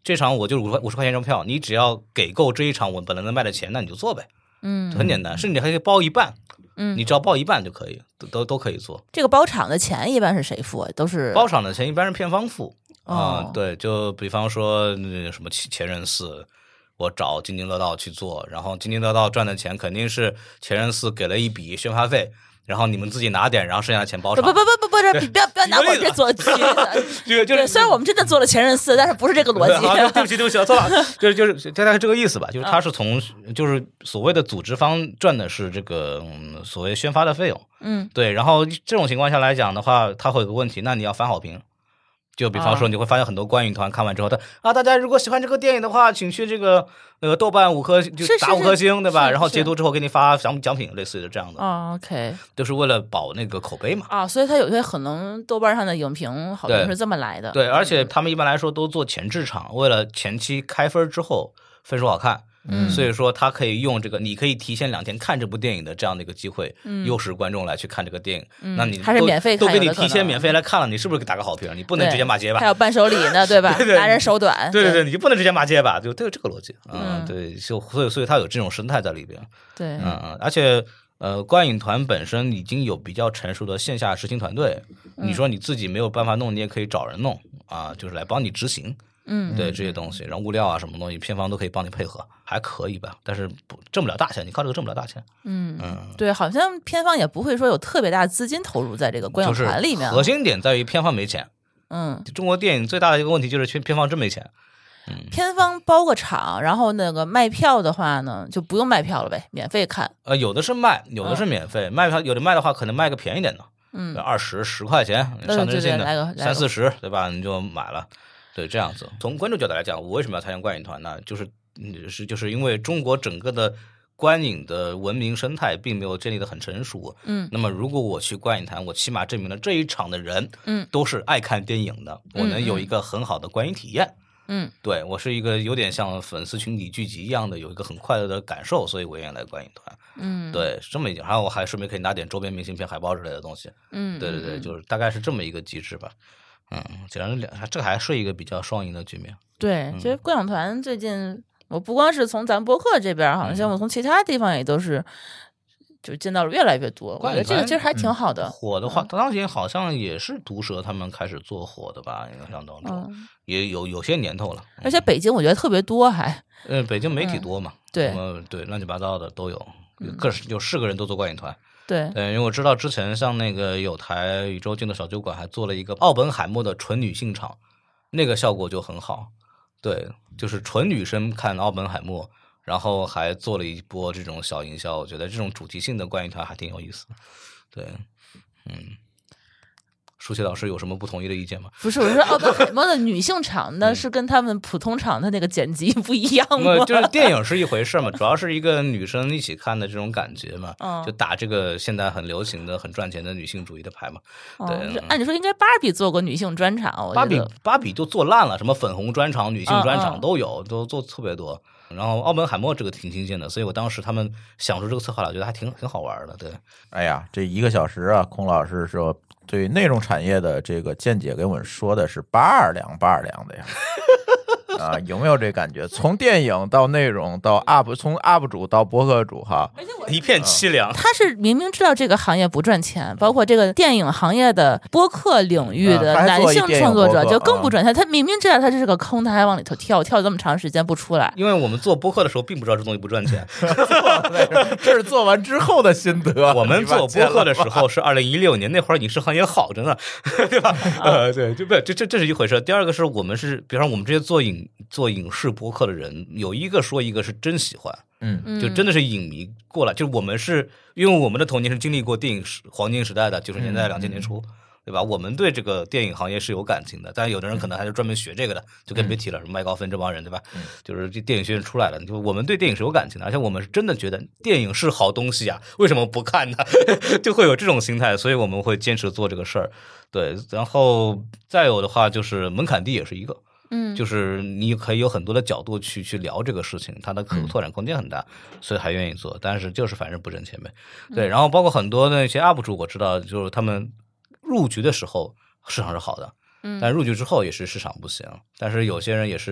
这场我就五五十块钱一张票，你只要给够这一场我本来能卖的钱，那你就做呗。 嗯， 很简单，甚至还可以包一半。 嗯， 你只要报一半就可以，都都都可以做。 这个包场的钱一般是谁付？都是包场的钱一般是片方付啊、 哦呃。对，就比方说那什么前任四，我找津津乐道去做，然后津津乐道赚的钱肯定是前任四给了一笔宣发费。然后你们自己拿点，然后剩下的钱包场。 不不不不不不，不要不要拿我这做举例子。 这个就是， 虽然我们真的做了前任四，但是不是这个逻辑。 对不起对不起，我错了。就是就是大概这个意思吧，就是他是从就是所谓的组织方赚的是这个、嗯、所谓宣发的费用。 嗯， 对。然后这种情况下来讲的话，他会有个问题，那你要翻好评。就比方说，你会发现很多观影团看完之后，他啊，大家如果喜欢这个电影的话，请去这个那个豆瓣五颗就打五颗星，对吧？然后截图之后给你发奖奖品，类似于这样的。 哦 ，OK， 都是为了保那个口碑嘛。 啊，所以他有些可能豆瓣上的影评好像是这么来的。 对，而且他们一般来说都做前置场，为了前期开分之后分数好看。嗯，所以说他可以用这个，你可以提前两天看这部电影的这样的一个机会，嗯，诱使观众来去看这个电影。嗯，那你还是免费看， 都给你提前免费来看了，你是不是给打个好评？你不能直接骂街吧？ 还有伴手礼呢，对吧？ 对对拿人手短。 对对对，你就不能直接骂街吧？就都有这个逻辑啊、嗯。对，就所以所以它有这种生态在里边。 对， 嗯，而且呃，观影团本身已经有比较成熟的线下执行团队， 嗯、 你说你自己没有办法弄，你也可以找人弄啊，就是来帮你执行。 嗯， 对这些东西，然后物料啊什么东西，片方都可以帮你配合，还可以吧？但是不挣不了大钱，你靠这个挣不了大钱。 嗯嗯，对，好像片方也不会说有特别大的资金投入在这个观影团里面。 核心点在于片方没钱。 嗯， 中国电影最大的一个问题就是片片方真没钱。嗯， 片方包个场，然后那个卖票的话呢，就不用卖票了呗，免费看。 呃，有的是卖，有的是免费。嗯、卖票有的卖的话，可能卖个便宜点的， 嗯， 二十十块钱，象征性的三四十，对吧？你就买了。对，这样子。从观众角度来讲，我为什么要参加观影团呢？就是是就是因为中国整个的观影的文明生态并没有建立的很成熟。 嗯， 那么如果我去观影团，我起码证明了这一场的人， 嗯， 都是爱看电影的， 嗯、 我能有一个很好的观影体验。 嗯， 对，我是一个有点像粉丝群体聚集一样的，有一个很快乐的感受，所以我愿意来观影团。 嗯， 对，这么一点，然后我还顺便可以拿点周边明信片、海报之类的东西。 嗯， 对对对，就是大概是这么一个机制吧。嗯，简直两，这个还是一个比较双赢的局面。 对，其实观影团最近，我不光是从咱播客这边，好像我从其他地方也都是，就见到了越来越多。我觉得这个其实还挺好的。 嗯、火的话，当年好像也是毒舌他们开始做火的吧？印象当中、嗯、也有有些年头了。 而且北京我觉得特别多，还嗯，北京媒体多嘛？ 嗯、对， 什么对乱七八糟的都有，各式有是个人都做观影团。 对， 对，因为我知道之前像那个有台宇宙镜的小酒馆还做了一个奥本海默的纯女性场，那个效果就很好。对，就是纯女生看奥本海默，然后还做了一波这种小营销，我觉得这种主题性的观影团还挺有意思。对，嗯。舒淇老师有什么不同意的意见吗？ 不是，我说奥本海默的女性场呢，是跟他们普通场的那个剪辑不一样吗？ 嗯、就是电影是一回事嘛，主要是一个女生一起看的这种感觉嘛， 嗯、 就打这个现在很流行的、很赚钱的女性主义的牌嘛。 嗯、 对， 按理说应该芭比做过女性专场， 芭比芭比就做烂了，什么粉红专场、女性专场都有，嗯嗯都做特别多。然后奥本海默这个挺新鲜的，所以我当时他们想出这个策划来，我觉得还挺挺好玩的。对， 哎呀，这一个小时啊，孔老师说对内容产业的这个见解给我们说的是八二两八二两的呀。啊，有没有这感觉？从电影到内容到 U P， 从 U P 主到播客主哈， 一片凄凉。 他是明明知道这个行业不赚钱，包括这个电影行业的播客领域的男性创作者就更不赚钱。他明明知道他这是个坑，他还往里头跳，跳这么长时间不出来。 因为我们做播客的时候并不知道这东西不赚钱， 这是做完之后的心得。 我们做播客的时候是二零一六年，那会儿影视行业好着呢，对吧？呃，对，就不这这这是一回事。第二个是我们是，比方说我们这些做影。做影视播客的人有一个说一个是真喜欢， 嗯， 就真的是影迷过来，就我们是因为我们的童年是经历过电影时黄金时代的九十年代两千年初，对吧？我们对这个电影行业是有感情的，但有的人可能还是专门学这个的，就更别提了，什么麦高芬这帮人，对吧？就是这电影学院出来的，就我们对电影是有感情的，而且我们是真的觉得电影是好东西啊，为什么不看呢？就会有这种心态，所以我们会坚持做这个事儿。对，然后再有的话就是门槛低也是一个。 嗯， 就是你可以有很多的角度去去聊这个事情，它的可拓展空间很大，嗯、所以还愿意做。但是就是反正不挣钱呗。对，然后包括很多那些 U P 主，我知道就是他们入局的时候市场是好的， 嗯， 但入局之后也是市场不行。但是有些人也是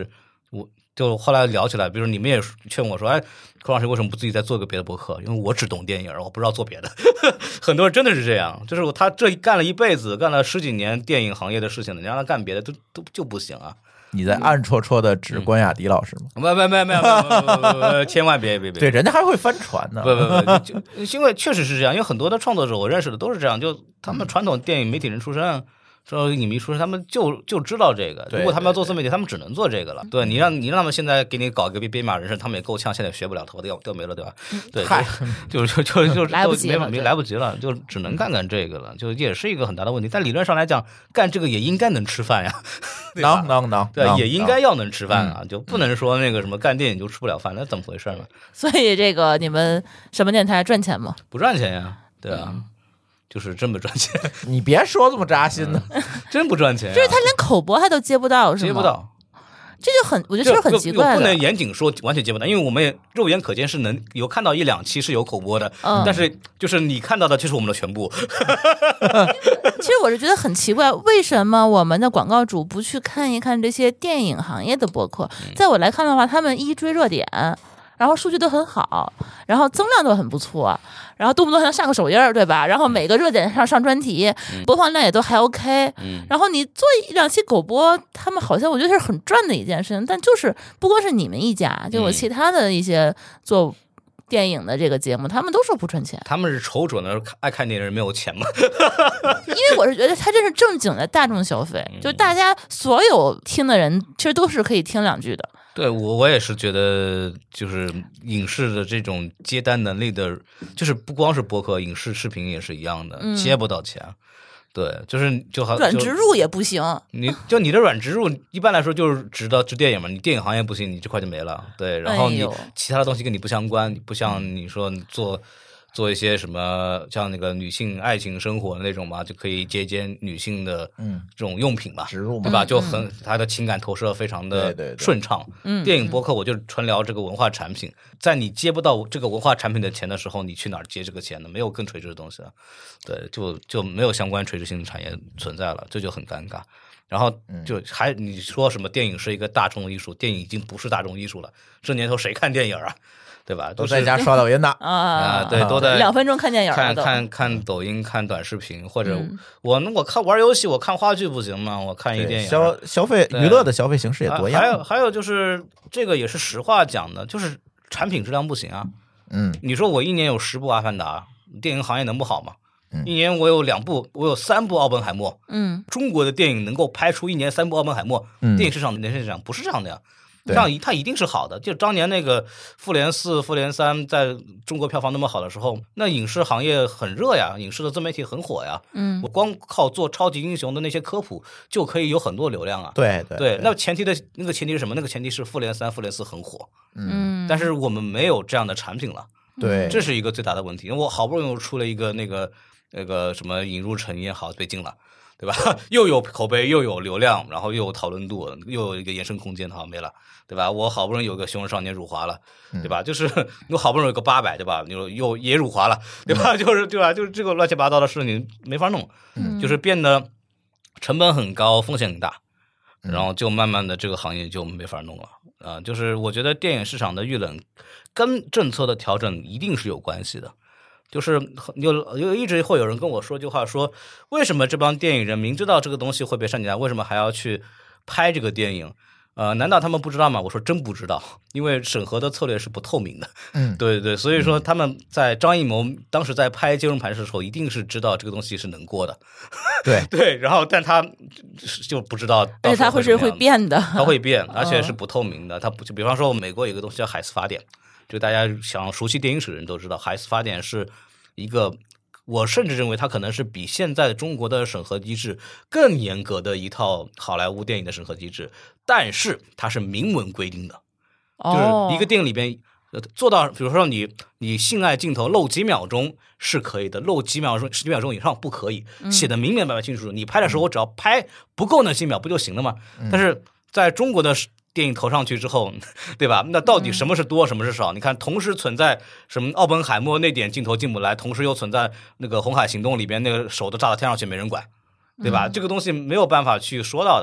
我就后来聊起来，比如你们也劝我说，哎，柯老师为什么不自己再做个别的博客？因为我只懂电影，我不知道做别的。很多人真的是这样，就是他这干了一辈子，干了十几年电影行业的事情了，你让他干别的都都就不行啊。 你在暗戳戳的指关雅迪老师吗？ 没没没没没，千万别别别！ 对，人家还会翻船呢。 不不不，就因为确实是这样，因为很多的创作者我认识的都是这样，就他们传统电影媒体人出身。说影迷出身，他们就就知道这个。如果他们要做自媒体，他们只能做这个了。对你让你让他们现在给你搞一个编码人生，他们也够呛，现在学不了，头发掉掉没了，对吧？对，就就就就来不及了， 没来不及了，就只能干干这个了，就也是一个很大的问题。但理论上来讲，干这个也应该能吃饭呀， 能能能， 对，也应该要能吃饭啊，就不能说那个什么干电影就吃不了饭，那怎么回事呢？ 所以这个你们什么电台赚钱吗？ 不赚钱呀，对啊。就是真不赚钱， 你别说这么扎心的， 嗯、真不赚钱、啊。 就是他连口播他都接不到，是吗？ 接不到， 这就很，我觉得这是很奇怪的。 不能严谨说完全接不到，因为我们也肉眼可见是能有看到一两期是有口播的， 嗯、 但是就是你看到的就是我们的全部。 其实我是觉得很奇怪，为什么我们的广告主不去看一看这些电影行业的播客？在我来看的话，他们一追热点。然后数据都很好，然后增量都很不错，然后动不动还能上个首页，对吧？然后每个热点上上专题，嗯、播放量也都还 OK、嗯。然后你做一两期狗播，他们好像我觉得是很赚的一件事情，但就是不光是你们一家，就我其他的一些做电影的这个节目，他们都说不赚钱。 他们是瞅准了爱看电影人没有钱吗？ 因为我是觉得他这是正经的大众消费，就大家所有听的人其实都是可以听两句的。 对，我我也是觉得，就是影视的这种接单能力的，就是不光是播客，影视视频也是一样的，嗯、接不到钱。对，就是就好软植入也不行。 你就你的软植入，一般来说就是植到植电影嘛，你电影行业不行，你这块就没了。对，然后你其他的东西跟你不相关，你不像你说你做。做一些什么像那个女性爱情生活的那种嘛，就可以接接女性的这种用品嘛， 植入嘛， 对吧？就很他的情感投射非常的顺畅。 嗯， 电影播客我就纯聊这个文化产品，在你接不到这个文化产品的钱的时候，你去哪儿接这个钱呢？没有更垂直的东西了，对，就就没有相关垂直性的产业存在了，这就很尴尬。然后就还你说什么电影是一个大众艺术，电影已经不是大众艺术了，这年头谁看电影啊？对吧？ 都在家刷抖音呢啊，对，都在两分钟看电影， 看看看抖音，看短视频，或者我我看玩游戏，我看话剧不行吗？我看一电影， 消消费娱乐的消费形式也多样。 还有还有就是这个也是实话讲的，就是产品质量不行啊。 嗯， 你说我一年有十部《阿凡达》，电影行业能不好吗？一年我有两部，我有三部《奥本海默》。 嗯， 中国的电影能够拍出一年三部《奥本海默》， 嗯， 电影市场年市场不是这样的呀。这样它一定是好的，就当年那个复联四、复联三在中国票房那么好的时候，那影视行业很热呀，影视的自媒体很火呀。 嗯， 我光靠做超级英雄的那些科普就可以有很多流量啊。 对对对, 对，那前提的那个前提是什么？那个前提是复联三、复联四很火。 嗯， 但是我们没有这样的产品了。 对， 这是一个最大的问题。因为我好不容易出了一个那个那个什么引入尘烟，好被禁了。对吧？又有口碑，又有流量，然后又有讨论度，又有一个延伸空间，好没了，对吧？我好不容易有个《熊人少年》辱华了，对吧？就是我好不容易有个八百，对吧？又又也辱华了，对吧？就是对吧？就是这个乱七八糟的事情没法弄， 嗯、 就是变得成本很高，风险很大，然后就慢慢的这个行业就没法弄了啊、呃！就是我觉得电影市场的遇冷跟政策的调整一定是有关系的。就是有有一直会有人跟我说句话，说为什么这帮电影人明知道这个东西会被删减，为什么还要去拍这个电影？呃，难道他们不知道吗？我说真不知道，因为审核的策略是不透明的。 嗯， 对对对，所以说他们在张艺谋当时在拍《金融盘》的时候，一定是知道这个东西是能过的。 对对，然后但他就不知道， 而且他会是会变的， 他会变，而且是不透明的。他不就比方说，美国有一个东西叫海斯法典。就大家想熟悉电影史的人都知道，海斯法典是一个，我甚至认为它可能是比现在中国的审核机制更严格的一套好莱坞电影的审核机制，但是它是明文规定的，就是一个电影里边做到，比如说你你性爱镜头漏几秒钟是可以的，漏几秒钟十几秒钟以上不可以，写的明明白白清楚。你拍的时候我只要拍不够那几秒不就行了吗？但是在中国的电影投上去之后，对吧？那到底什么是多，什么是少？你看，同时存在什么奥本海默那点镜头进不来，同时又存在那个红海行动里边那个手都炸到天上去没人管，对吧？这个东西没有办法去说到的。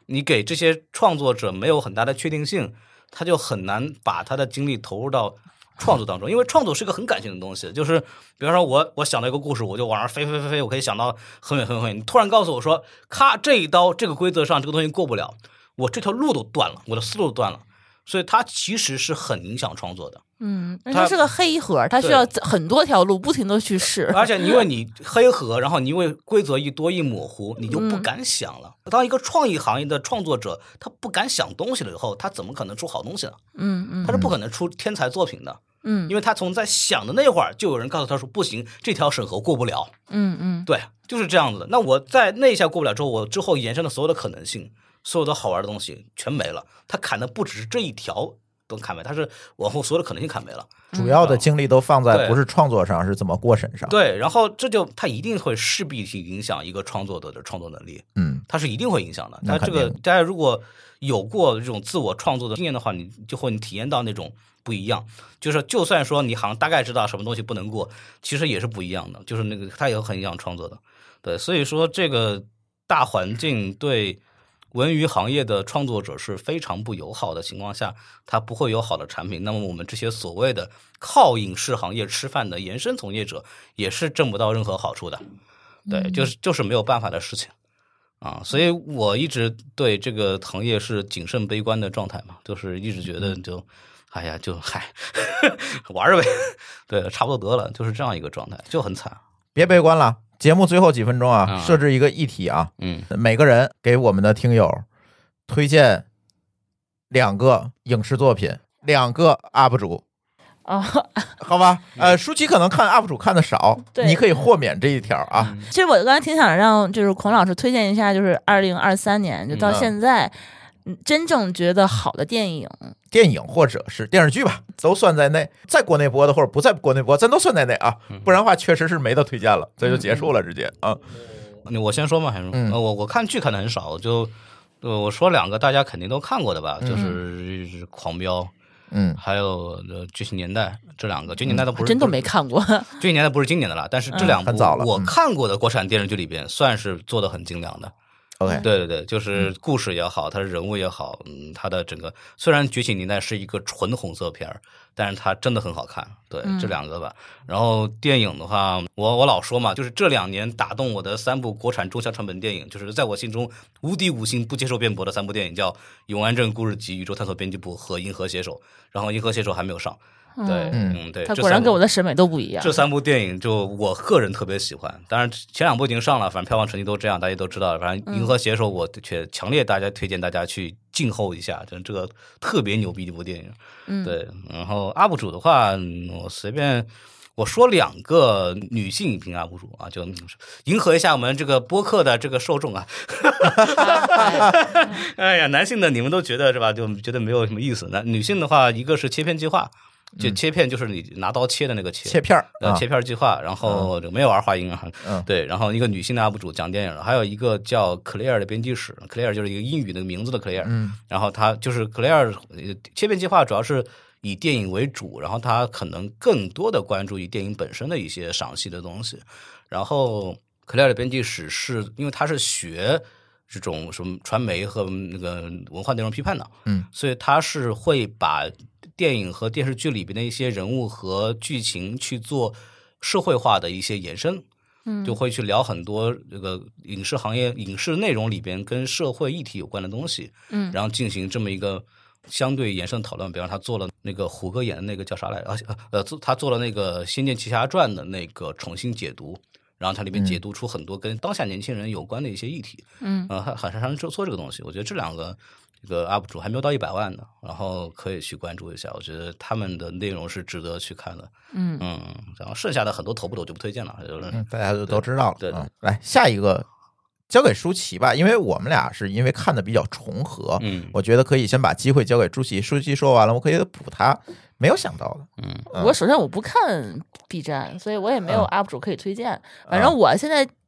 你给这些创作者没有很大的确定性，他就很难把他的精力投入到创作当中，因为创作是一个很感性的东西，就是比方说我我想到一个故事，我就往上飞飞飞飞，我可以想到很远很远很远，你突然告诉我说，咔，这一刀这个规则上这个东西过不了，我这条路都断了，我的思路都断了，所以它其实是很影响创作的。 嗯，它是个黑盒，它需要很多条路不停的去试， 而且因为你黑盒，然后你因为规则一多一模糊，你就不敢想了。嗯、当一个创意行业的创作者，他不敢想东西了以后，他怎么可能出好东西呢？ 嗯嗯， 他是不可能出天才作品的。 嗯， 因为他从在想的那会儿，就有人告诉他说不行，这条审核过不了。 嗯嗯， 对，就是这样子的。那我在那一下过不了之后，我之后延伸的所有的可能性，所有的好玩的东西全没了。他砍的不只是这一条都砍没，他是往后所有的可能性砍没了。 主要的精力都放在不是创作上，是怎么过审上。 对，然后这就他一定会势必去影响一个创作者的创作能力。 嗯， 他是一定会影响的。那这个大家如果有过这种自我创作的经验的话，你就会你体验到那种不一样。就是就算说你好像大概知道什么东西不能过，其实也是不一样的。就是那个它也很影响创作的。对，所以说这个大环境对文娱行业的创作者是非常不友好的情况下，它不会有好的产品。那么我们这些所谓的靠影视行业吃饭的延伸从业者，也是挣不到任何好处的。对，就是就是没有办法的事情啊。所以我一直对这个行业是谨慎悲观的状态嘛，就是一直觉得就，哎呀，就嗨玩呗，对，差不多得了，就是这样一个状态，就很惨。 别悲观了。节目最后几分钟啊，嗯、设置一个议题啊， 嗯， 每个人给我们的听友推荐两个影视作品，两个 U P 主啊， 好吧？呃，舒淇可能看 U P 主看的少，你可以豁免这一条啊。 嗯、其实我刚才挺想让就是孔老师推荐一下，就是二零二三年就到现在。嗯真正觉得好的电影， 电影或者是电视剧吧，都算在内。在国内播的或者不在国内播，咱都算在内啊。不然的话，确实是没得推荐了，这就结束了，直接啊。 我先说嘛，还是、嗯、我我看剧看的很少，就呃我说两个大家肯定都看过的吧，嗯、就是《狂飙》， 嗯， 还有《觉醒年代》这两个，《觉醒年代》都不是、 嗯、真都没看过， 《觉醒年代》不是今年的了，但是这两部很早了。 我看过的国产电视剧里边，算是做的很精良的。 OK， 对对对，就是故事也好，它的人物也好，嗯，它的整个虽然《觉醒年代》是一个纯红色片儿，但是它真的很好看。对， 嗯、 这两个吧。然后电影的话，我我老说嘛，就是这两年打动我的三部国产中小成本电影，就是在我心中无敌五星不接受辩驳的三部电影，叫《永安镇故事集》、《宇宙探索编辑部》和《银河携手》。然后《银河携手》还没有上。对，嗯，对， 他果然跟我的审美都不一样。 这三部电影就我个人特别喜欢，当然前两部已经上了，反正票房成绩都这样，大家都知道。反正《银河携手》我却强烈大家推荐大家去静候一下，这这个特别牛逼的一部电影。 嗯， 对。然后 U P 主的话，我随便我说两个女性影评 U P 主啊，就迎合一下我们这个播客的这个受众啊。哎呀，男性的你们都觉得是吧？就觉得没有什么意思。那女性的话，一个是切片计划。就切片就是你拿刀切的那个切切片呃，切片计划，然后没有儿化音啊， 嗯， 对，然后一个女性的 U P 主讲电影，还有一个叫 Claire 的编辑室 ，Claire 就是一个英语的名字的 Claire， 嗯， 然后她就是 Claire 切片计划主要是以电影为主，然后她可能更多的关注于电影本身的一些赏析的东西，然后 Claire 的编辑室是因为她是学这种什么传媒和那个文化内容批判的， 嗯， 所以她是会把电影和电视剧里边的一些人物和剧情去做社会化的一些延伸， 嗯， 就会去聊很多这个影视行业、影视内容里边跟社会议题有关的东西， 嗯， 然后进行这么一个相对延伸讨论。比方他做了那个胡歌演的那个叫啥来着？呃，他做了那个《仙剑奇侠传》的那个重新解读。然后它里面解读出很多跟当下年轻人有关的一些议题， 嗯， 呃，很很常做这个东西。我觉得这两个这个 U P 主还没有到一百万呢，然后可以去关注一下。我觉得他们的内容是值得去看的， 嗯嗯。然后剩下的很多头部的我就不推荐了，就是、 嗯、大家都都知道了。 对，对对嗯，来下一个交给舒淇吧，因为我们俩是因为看的比较重合， 嗯， 我觉得可以先把机会交给舒淇。舒淇说完了，我可以补他没有想到的。 嗯， 我首先我不看 B 站，所以我也没有 U P 主可以推荐。 嗯、 反正我现在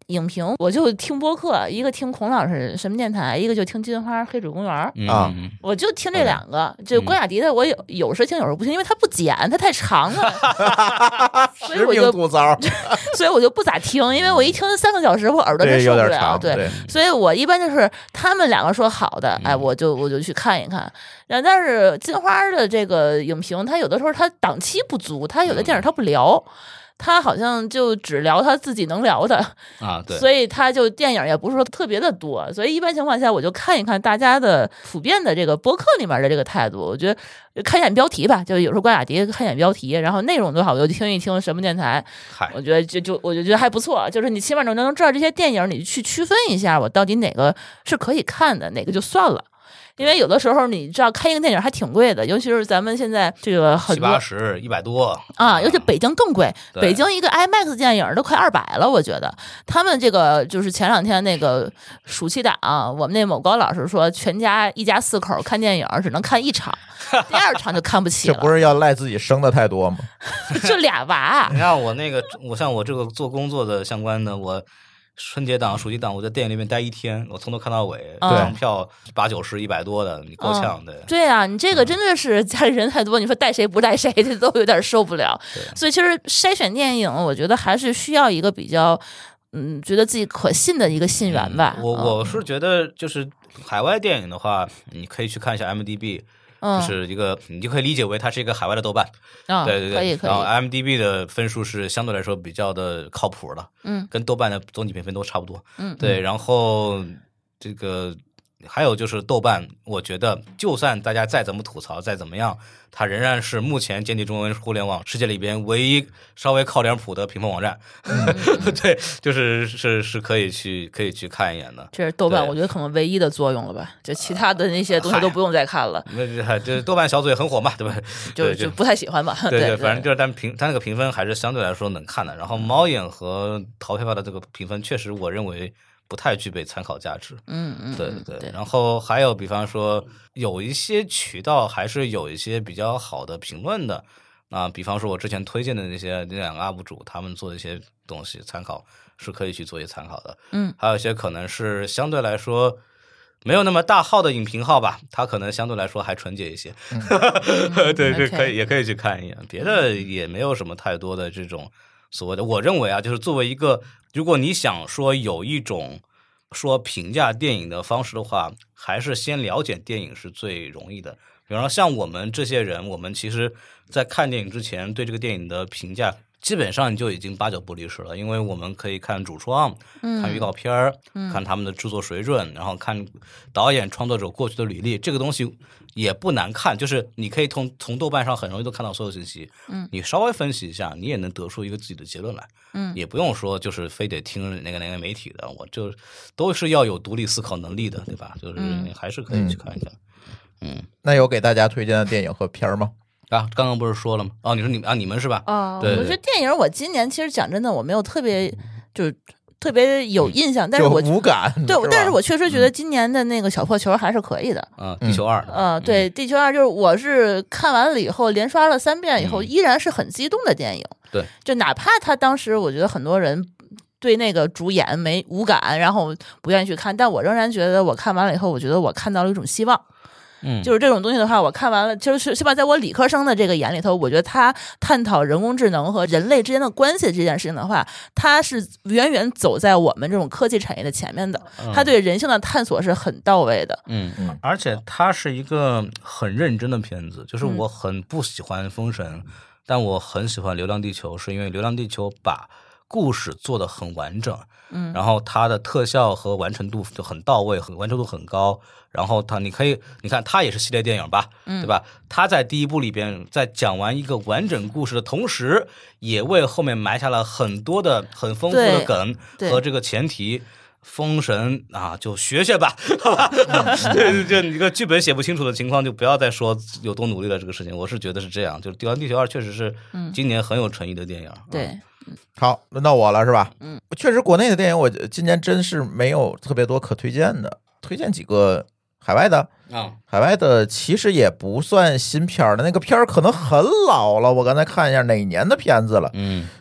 影评，我就听播客，一个听孔老师什么电台，一个就听金花黑水公园啊， 我就听这两个。就关雅迪的，我有有时听，有时不听，因为它不剪，它太长了，所以我就吐槽， 所以我就不咋听，因为我一听三个小时，我耳朵真受不了。对， 对， 所以我一般就是他们两个说好的，哎，我就我就去看一看。然后但是金花的这个影评，他有的时候他档期不足，他有的电影他不聊。他好像就只聊他自己能聊的啊，对， 所以他就电影也不是说特别的多，所以一般情况下我就看一看大家的普遍的这个播客里面的这个态度，我觉得看一眼标题吧，就有时候关雅迪看一眼标题，然后内容的话我就听一听什么电台，我觉得就就我就觉得还不错，就是你起码能能知道这些电影，你去区分一下我到底哪个是可以看的，哪个就算了。因为有的时候你知道看一个电影还挺贵的，尤其是咱们现在这个很多七八十一百多啊，尤其北京更贵，北京一个 IMAX 电影都快二百了，我觉得他们这个就是前两天那个暑期档、啊，我们那某高老师说，全家一家四口看电影只能看一场，第二场就看不起了。 这不是要赖自己生的太多吗？ 就俩娃。 你看我那个，我像我这个做工作的相关的我。春节档、暑期档，我在电影里面待一天，我从头看到尾，这张票八九十、一百多的，你够呛的。 对啊，你这个真的是家里人太多，你说带谁不带谁，这都有点受不了。所以其实筛选电影，我觉得还是需要一个比较，嗯，觉得自己可信的一个信源吧。 嗯、我我是觉得，就是海外电影的话，你可以去看一下 M D B。就是一个，你就可以理解为它是一个海外的豆瓣， 嗯、 对对对， 可以可以。 然后 I M D B 的分数是相对来说比较的靠谱的， 嗯， 跟豆瓣的总体评分都差不多， 嗯， 对。然后这个还有就是豆瓣，我觉得就算大家再怎么吐槽，再怎么样，它仍然是目前简体中文互联网世界里边唯一稍微靠点谱的评分网站， 嗯、 对，就是是是可以去可以去看一眼的。 这是豆瓣，我觉得可能唯一的作用了吧，就其他的那些东西都不用再看了。 那这豆瓣小组也很火嘛，对吧？ 就就不太喜欢吧。 对对，对反正就是但评它那个评分还是相对来说能看的。然后猫眼和淘票的这个评分，确实我认为不太具备参考价值。 嗯嗯， 对对对。 然后还有，比方说有一些渠道还是有一些比较好的评论的啊，比方说我之前推荐的那些那两个 U P 主，他们做的一些东西参考是可以去做一些参考的。 嗯， 还有一些可能是相对来说没有那么大号的影评号吧，它可能相对来说还纯洁一些。 嗯、 对，这可以、 okay. 也可以去看一眼，别的也没有什么太多的这种所谓的。我认为啊，就是作为一个，如果你想说有一种说评价电影的方式的话，还是先了解电影是最容易的。比方说像我们这些人，我们其实在看电影之前对这个电影的评价基本上就已经八九不离十了，因为我们可以看主创、 嗯、 看预告片、嗯、看他们的制作水准，然后看导演创作者过去的履历，这个东西也不难看，就是你可以从从豆瓣上很容易都看到所有信息， 嗯， 你稍微分析一下，你也能得出一个自己的结论来， 嗯， 也不用说就是非得听那个哪个媒体的，我就都是要有独立思考能力的，对吧？就是你还是可以去看一下。嗯，嗯那有给大家推荐的电影和片儿吗？ 啊，刚刚不是说了吗？哦，你说你啊，你们是吧？ 哦， 对对对， 我觉得电影我今年其实讲真的，我没有特别就是特别有印象，但是我无感。 对，但是我确实觉得今年的那个小破球还是可以的。 嗯，地球二。 嗯，对，地球二就是我是看完了以后连刷了三遍以后，依然是很激动的电影。 对， 就哪怕他当时我觉得很多人对那个主演没无感，然后不愿意去看，但我仍然觉得我看完了以后，我觉得我看到了一种希望。 嗯， 就是这种东西的话，我看完了，就是起码在我理科生的这个眼里头，我觉得他探讨人工智能和人类之间的关系这件事情的话，他是远远走在我们这种科技产业的前面的，他对人性的探索是很到位的。 嗯嗯，而且他是一个很认真的片子，就是我很不喜欢封神、嗯、但我很喜欢流浪地球，是因为流浪地球把故事做得很完整， 嗯， 然后它的特效和完成度就很到位，很完成度很高。然后它，你可以，你看它也是系列电影吧， 嗯， 对吧？它在第一部里边，在讲完一个完整故事的同时，也为后面埋下了很多的很丰富的梗和这个前提。封神啊，就学学吧，好吧？就就你个剧本写不清楚的情况，就不要再说有多努力了这个事情。我是觉得是这样，就是《流浪地球二》确实是今年很有诚意的电影。 嗯、对。 嗯，好，轮到我了是吧？ 嗯， 确实国内的电影我今年真是没有特别多可推荐的，推荐几个海外的啊， 海外的其实也不算新片的，那个片儿可能很老了，我刚才看一下哪年的片子了， 嗯，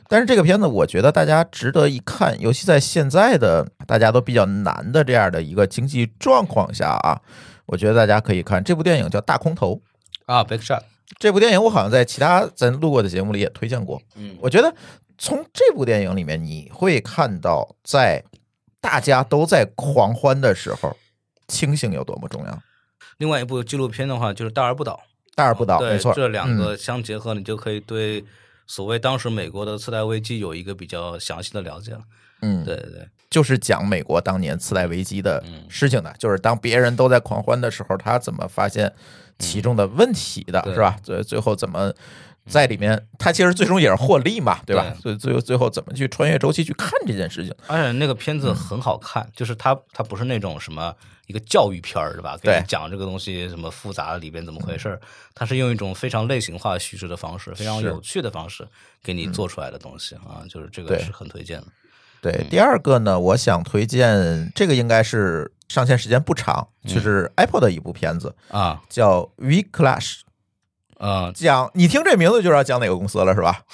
但是这个片子我觉得大家值得一看，尤其在现在的大家都比较难的这样的一个经济状况下啊，我觉得大家可以看这部电影叫《大空头》 啊 ，Big Shot。 这部电影我好像在其他咱录过的节目里也推荐过。 嗯， 我觉得从这部电影里面你会看到，在大家都在狂欢的时候，清醒有多么重要。 另外一部纪录片的话，就是《大而不倒》。 大而不倒， 对， 没错， 这两个相结合，你就可以对所谓当时美国的次贷危机有一个比较详细的了解了。 嗯， 对对对， 就是讲美国当年次贷危机的事情的，嗯、就是当别人都在狂欢的时候，他怎么发现其中的问题的， 嗯、 是吧？最最后怎么在里面，他其实最终也是获利嘛，对吧？所以最后最后怎么去穿越周期去看这件事情？ 而且那个片子很好看，嗯、就是它它不是那种什么一个教育片儿，对吧？给你讲这个东西什么复杂里边怎么回事，它是用一种非常类型化叙事的方式，非常有趣的方式给你做出来的东西啊，就是这个是很推荐的。 对，第二个呢，我想推荐这个应该是上线时间不长，就是 Apple 的一部片子啊， 叫 We Clash。 嗯， 讲你听这名字就知道讲哪个公司了是吧？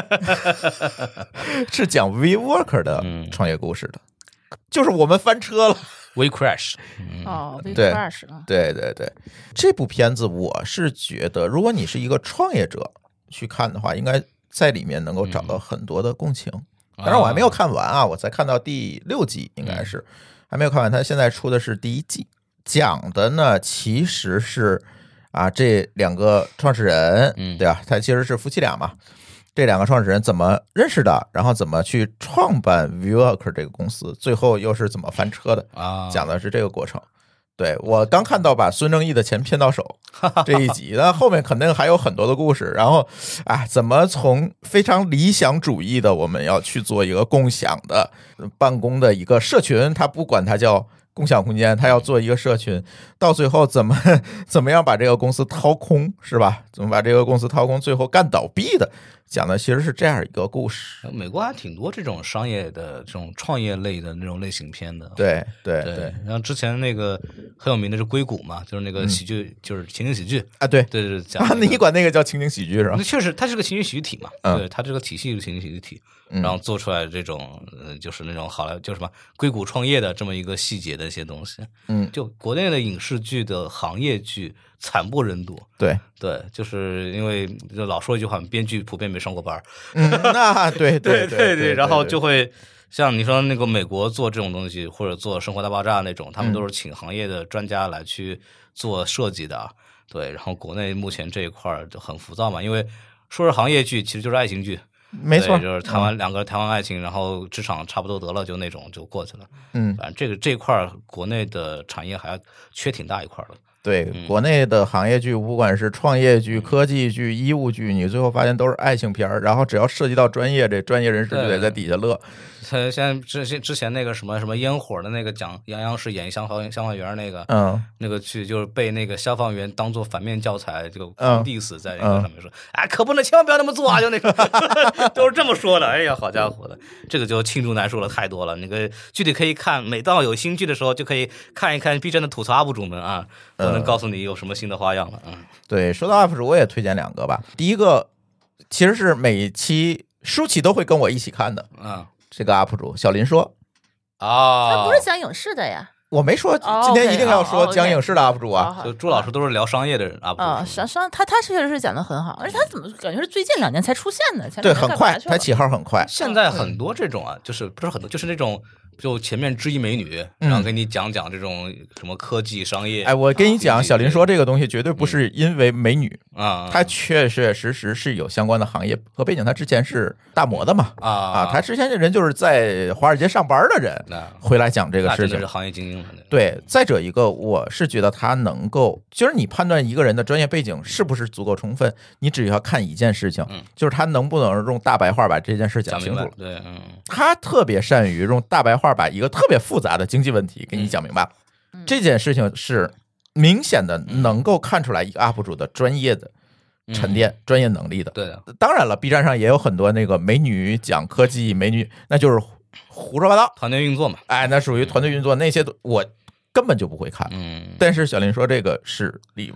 是讲 WeWork 的创业故事的，嗯、就是我们翻车了 ，We Crash。 哦 ，We Crash 了。 对对对，这部片子我是觉得，如果你是一个创业者去看的话，应该在里面能够找到很多的共情。嗯、当然我还没有看完啊，我才看到第六集，应该是、嗯、还没有看完。他现在出的是第一季，讲的呢其实是。啊，这两个创始人，嗯，对吧？他其实是夫妻俩嘛。这两个创始人怎么认识的？然后怎么去创办 WeWork 这个公司？最后又是怎么翻车的？啊，讲的是这个过程。对，我刚看到把孙正义的钱骗到手这一集，那后面肯定还有很多的故事。然后，啊，怎么从非常理想主义的我们要去做一个共享的办公的一个社群，他不管它叫。共享空间，他要做一个社群，到最后怎么怎么样把这个公司掏空，是吧？怎么把这个公司掏空，最后干倒闭的，讲的其实是这样一个故事。 美国还挺多这种商业的这种创业类的那种类型片的。 对对对, 对。 然后之前那个很有名的是硅谷嘛，就是那个喜剧，嗯、就是情景喜剧啊。对对对，讲、 那个啊、你管那个叫情景喜剧是吧？ 那确实，它是个情景喜剧体嘛。 嗯、 对，它这个体系是情景喜剧体。然后做出来这种，呃，就是那种好莱，就是什么硅谷创业的这么一个细节的一些东西， 嗯， 就国内的影视剧的行业剧惨不忍睹， 对对，就是因为就老说一句话，编剧普遍没上过班， 嗯，那对对对对对，然后就会像你说那个美国做这种东西，或者做《生活大爆炸》那种，他们都是请行业的专家来去做设计的，对，然后国内目前这一块就很浮躁嘛，因为说是行业剧，其实就是爱情剧。 没错， 就是台湾两个台湾爱情，然后职场差不多得了，就那种就过去了。 嗯， 反正这个这一块国内的产业还缺挺大一块的。 对，嗯、国内的行业剧，不管是创业剧、科技剧、医务剧，你最后发现都是爱情片儿，然后只要涉及到专业，这专业人士就得在底下乐。 他现在之之前那个什么什么烟火的那个讲杨洋是演消防消防员那个， 嗯， 那个剧就是被那个消防员当做反面教材，这个狂 diss 在那个上面说，哎、嗯，可不能千万不要那么做啊，就那种都是这么说的。哎呀，好家伙的，这个就罄竹难书了，太多了。那个具体可以看，每到有新剧的时候，就可以看一看 B 站的吐槽 U P 主们啊，我能告诉你有什么新的花样了。嗯， 对，说到 U P 主，我也推荐两个吧。第一个其实是每期舒淇都会跟我一起看的， 嗯。 这个 U P 主小林说啊， 他不是讲影视的呀。 我没说今天一定要说讲影视的 U P 主啊， 就朱老师都是聊商业的人 U P 主啊，商商他他确实是讲的很好，而且他怎么感觉是最近两年才出现的？ 对，很快，他起号很快。 现在很多这种啊，就是不是很多，就是那种。就前面知一美女，然后给你讲讲这种什么科技商业。 哎，我跟你讲，小林说这个东西绝对不是因为美女啊， 她确确实实是有相关的行业和背景。她之前是大模的嘛， 啊啊，她之前这人就是在华尔街上班的人，回来讲这个事情， 是行业精英了。 对，再者一个，我是觉得他能够，就是你判断一个人的专业背景是不是足够充分，你只要看一件事情， 嗯、 就是他能不能用大白话把这件事讲清楚。 对，嗯， 他特别善于用大白话把一个特别复杂的经济问题给你讲明白。 嗯、 这件事情是明显的能够看出来一个 U P 主的专业的沉淀、嗯、专业能力的。 对的， 当然了 ，B 站上也有很多那个美女讲科技，美女那就是胡说八道， 团队运作嘛。 哎，那属于团队运作，那些我根本就不会看。 嗯， 但是小林说这个是例外。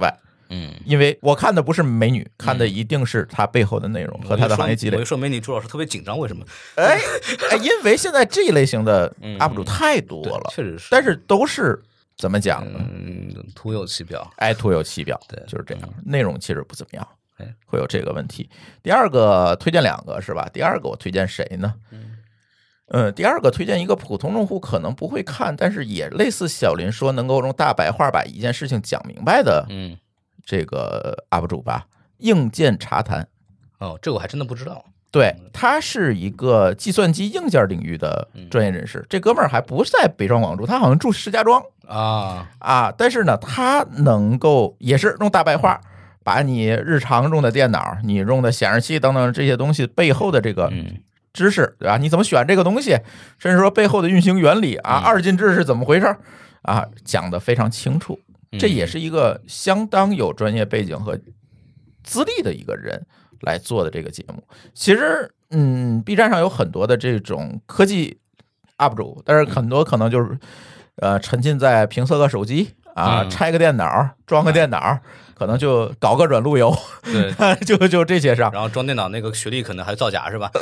嗯， 因为我看的不是美女，看的一定是它背后的内容和它的行业积累。 我一说美女，朱老师特别紧张，为什么？ 哎哎，因为现在这一类型的 U P 主太多了， 确实是， 但是都是怎么讲呢？ 嗯，徒有其表， 哎，徒有其表， 对， 就是这样，内容其实不怎么样。 哎， 会有这个问题。第二个推荐两个是吧？第二个我推荐谁呢？嗯，呃，第二个推荐一个普通用户可能不会看，但是也类似小林说能够用大白话把一件事情讲明白的， 嗯， 这个 U P 主吧，硬件茶谈。 哦，这个我还真的不知道。 对，他是一个计算机硬件领域的专业人士。这哥们儿还不是在北上广住，他好像住石家庄啊啊。但是呢，他能够也是用大白话。把你日常用的电脑、你用的显示器等等这些东西背后的这个知识，对吧？你怎么选这个东西，甚至说背后的运行原理啊，二进制是怎么回事啊，讲得非常清楚。这也是一个相当有专业背景和资历的一个人来做的这个节目。其实，嗯 ，B 站上有很多的这种科技 U P 主，但是很多可能就是呃沉浸在评测个手机啊，拆个电脑，装个电脑。可能就搞个软路由， 对， 就就这些上， 然后装电脑那个学历可能还造假是吧？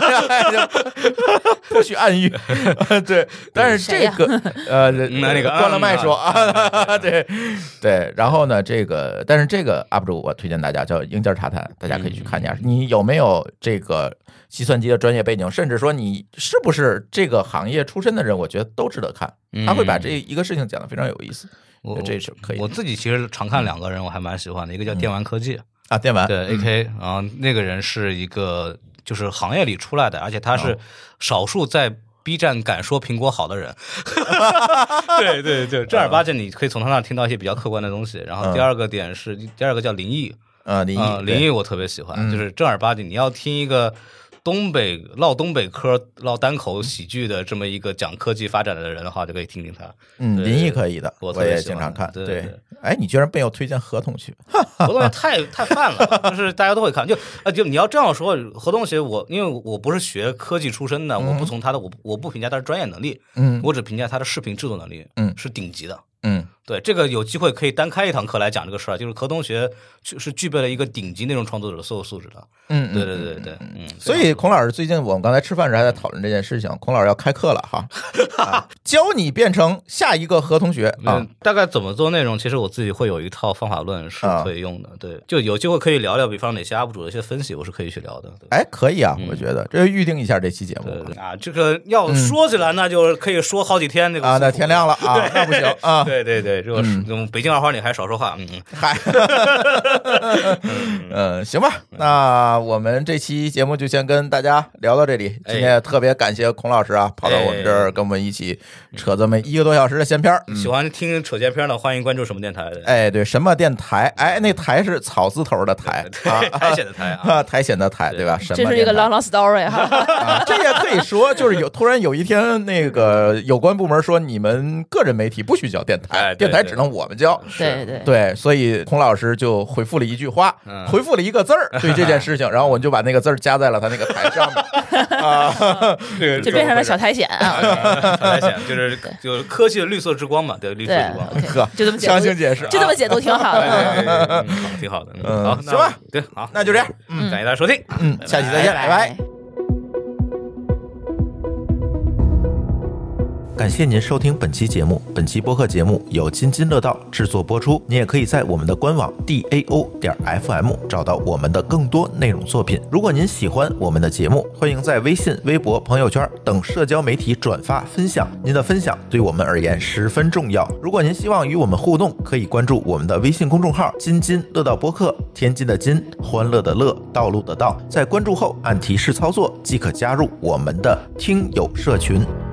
不许暗喻，对。但是这个呃， 那个关了麦说啊，对对。然后呢，这个但是这个 U P 主我推荐大家叫硬件茶谈，大家可以去看一下，你有没有这个计算机的专业背景，甚至说你是不是这个行业出身的人，我觉得都值得看。他会把这一个事情讲得非常有意思。 我这是可以。 我自己其实常看两个人，我还蛮喜欢的，一个叫电玩科技、 嗯、啊，电玩对 A K，、嗯、然后那个人是一个就是行业里出来的，而且他是少数在 B 站敢说苹果好的人。对对对，正儿八经你可以从他那听到一些比较客观的东西。然后第二个点是，嗯、第二个叫林毅啊，林毅、 呃，林毅我特别喜欢，嗯、就是正儿八经你要听一个。东北唠东北嗑唠单口喜剧的这么一个讲科技发展的人的话，就可以听听他。 嗯，林毅可以的， 我我也经常看。 对，对对哎，你居然被我推荐合同学， 合同学太太泛了，就是大家都会看。就啊，就你要这样说，合同学我因为我不是学科技出身的，嗯、我不从他的我我不评价他的专业能力，嗯，我只评价他的视频制作能力，嗯，是顶级的。 嗯， 对，这个有机会可以单开一堂课来讲这个事儿，就是何同学是具备了一个顶级内容创作者的所有素质的。 嗯， 对对对对，嗯。 所以孔老师最近我们刚才吃饭时还在讨论这件事情，孔老师要开课了哈，啊、教你变成下一个何同学啊、 嗯。大概怎么做内容，其实我自己会有一套方法论是可以用的。啊、对，就有机会可以聊聊，比方哪些 U P 主的一些分析，我是可以去聊的。 哎，可以啊，嗯、我觉得这预定一下这期节目。 对对啊，这个要说起来，那就可以说好几天。那个啊，那天亮了啊，那不行啊。 对对对，这个是。嗯，北京二环里还少说话，嗯嗯， 嗨，嗯，行吧，那我们这期节目就先跟大家聊到这里。今天也特别感谢孔老师啊，跑到我们这儿跟我们一起扯这么一个多小时的闲篇儿。 喜欢听扯闲篇的，欢迎关注什么电台的？ 哎，对，什么电台？哎，那台是草字头的台， 苔藓的苔啊， 苔藓的苔，对吧？什么？ 这是一个 long long story 哈。 这也可以说，就是有突然有一天，那个有关部门说，你们个人媒体不许叫电台，电台只能我们教。 对对对，所以孔老师就回复了一句话，嗯、回复了一个字儿，对这件事情，然后我们就把那个字儿加在了他那个台上面啊， 就变成了小苔藓啊， 小苔藓就是就是科技的绿色之光嘛，对，绿色之光， 呵， 就这么强行解释， 就这么解读挺好的，好，挺好的， 嗯， 好， 行吧， 对，好， 那就这样， 嗯，感谢大家收听， 嗯，下期再见，拜拜。感谢您收听本期节目。本期播客节目由津津乐道制作播出。你也可以在我们的官网 D A O 点 F M 找到我们的更多内容作品。如果您喜欢我们的节目，欢迎在微信、微博、朋友圈等社交媒体转发分享。您的分享对我们而言十分重要。如果您希望与我们互动，可以关注我们的微信公众号津津乐道播客，天津的津，欢乐的乐，道路的道。在关注后按提示操作即可加入我们的听友社群。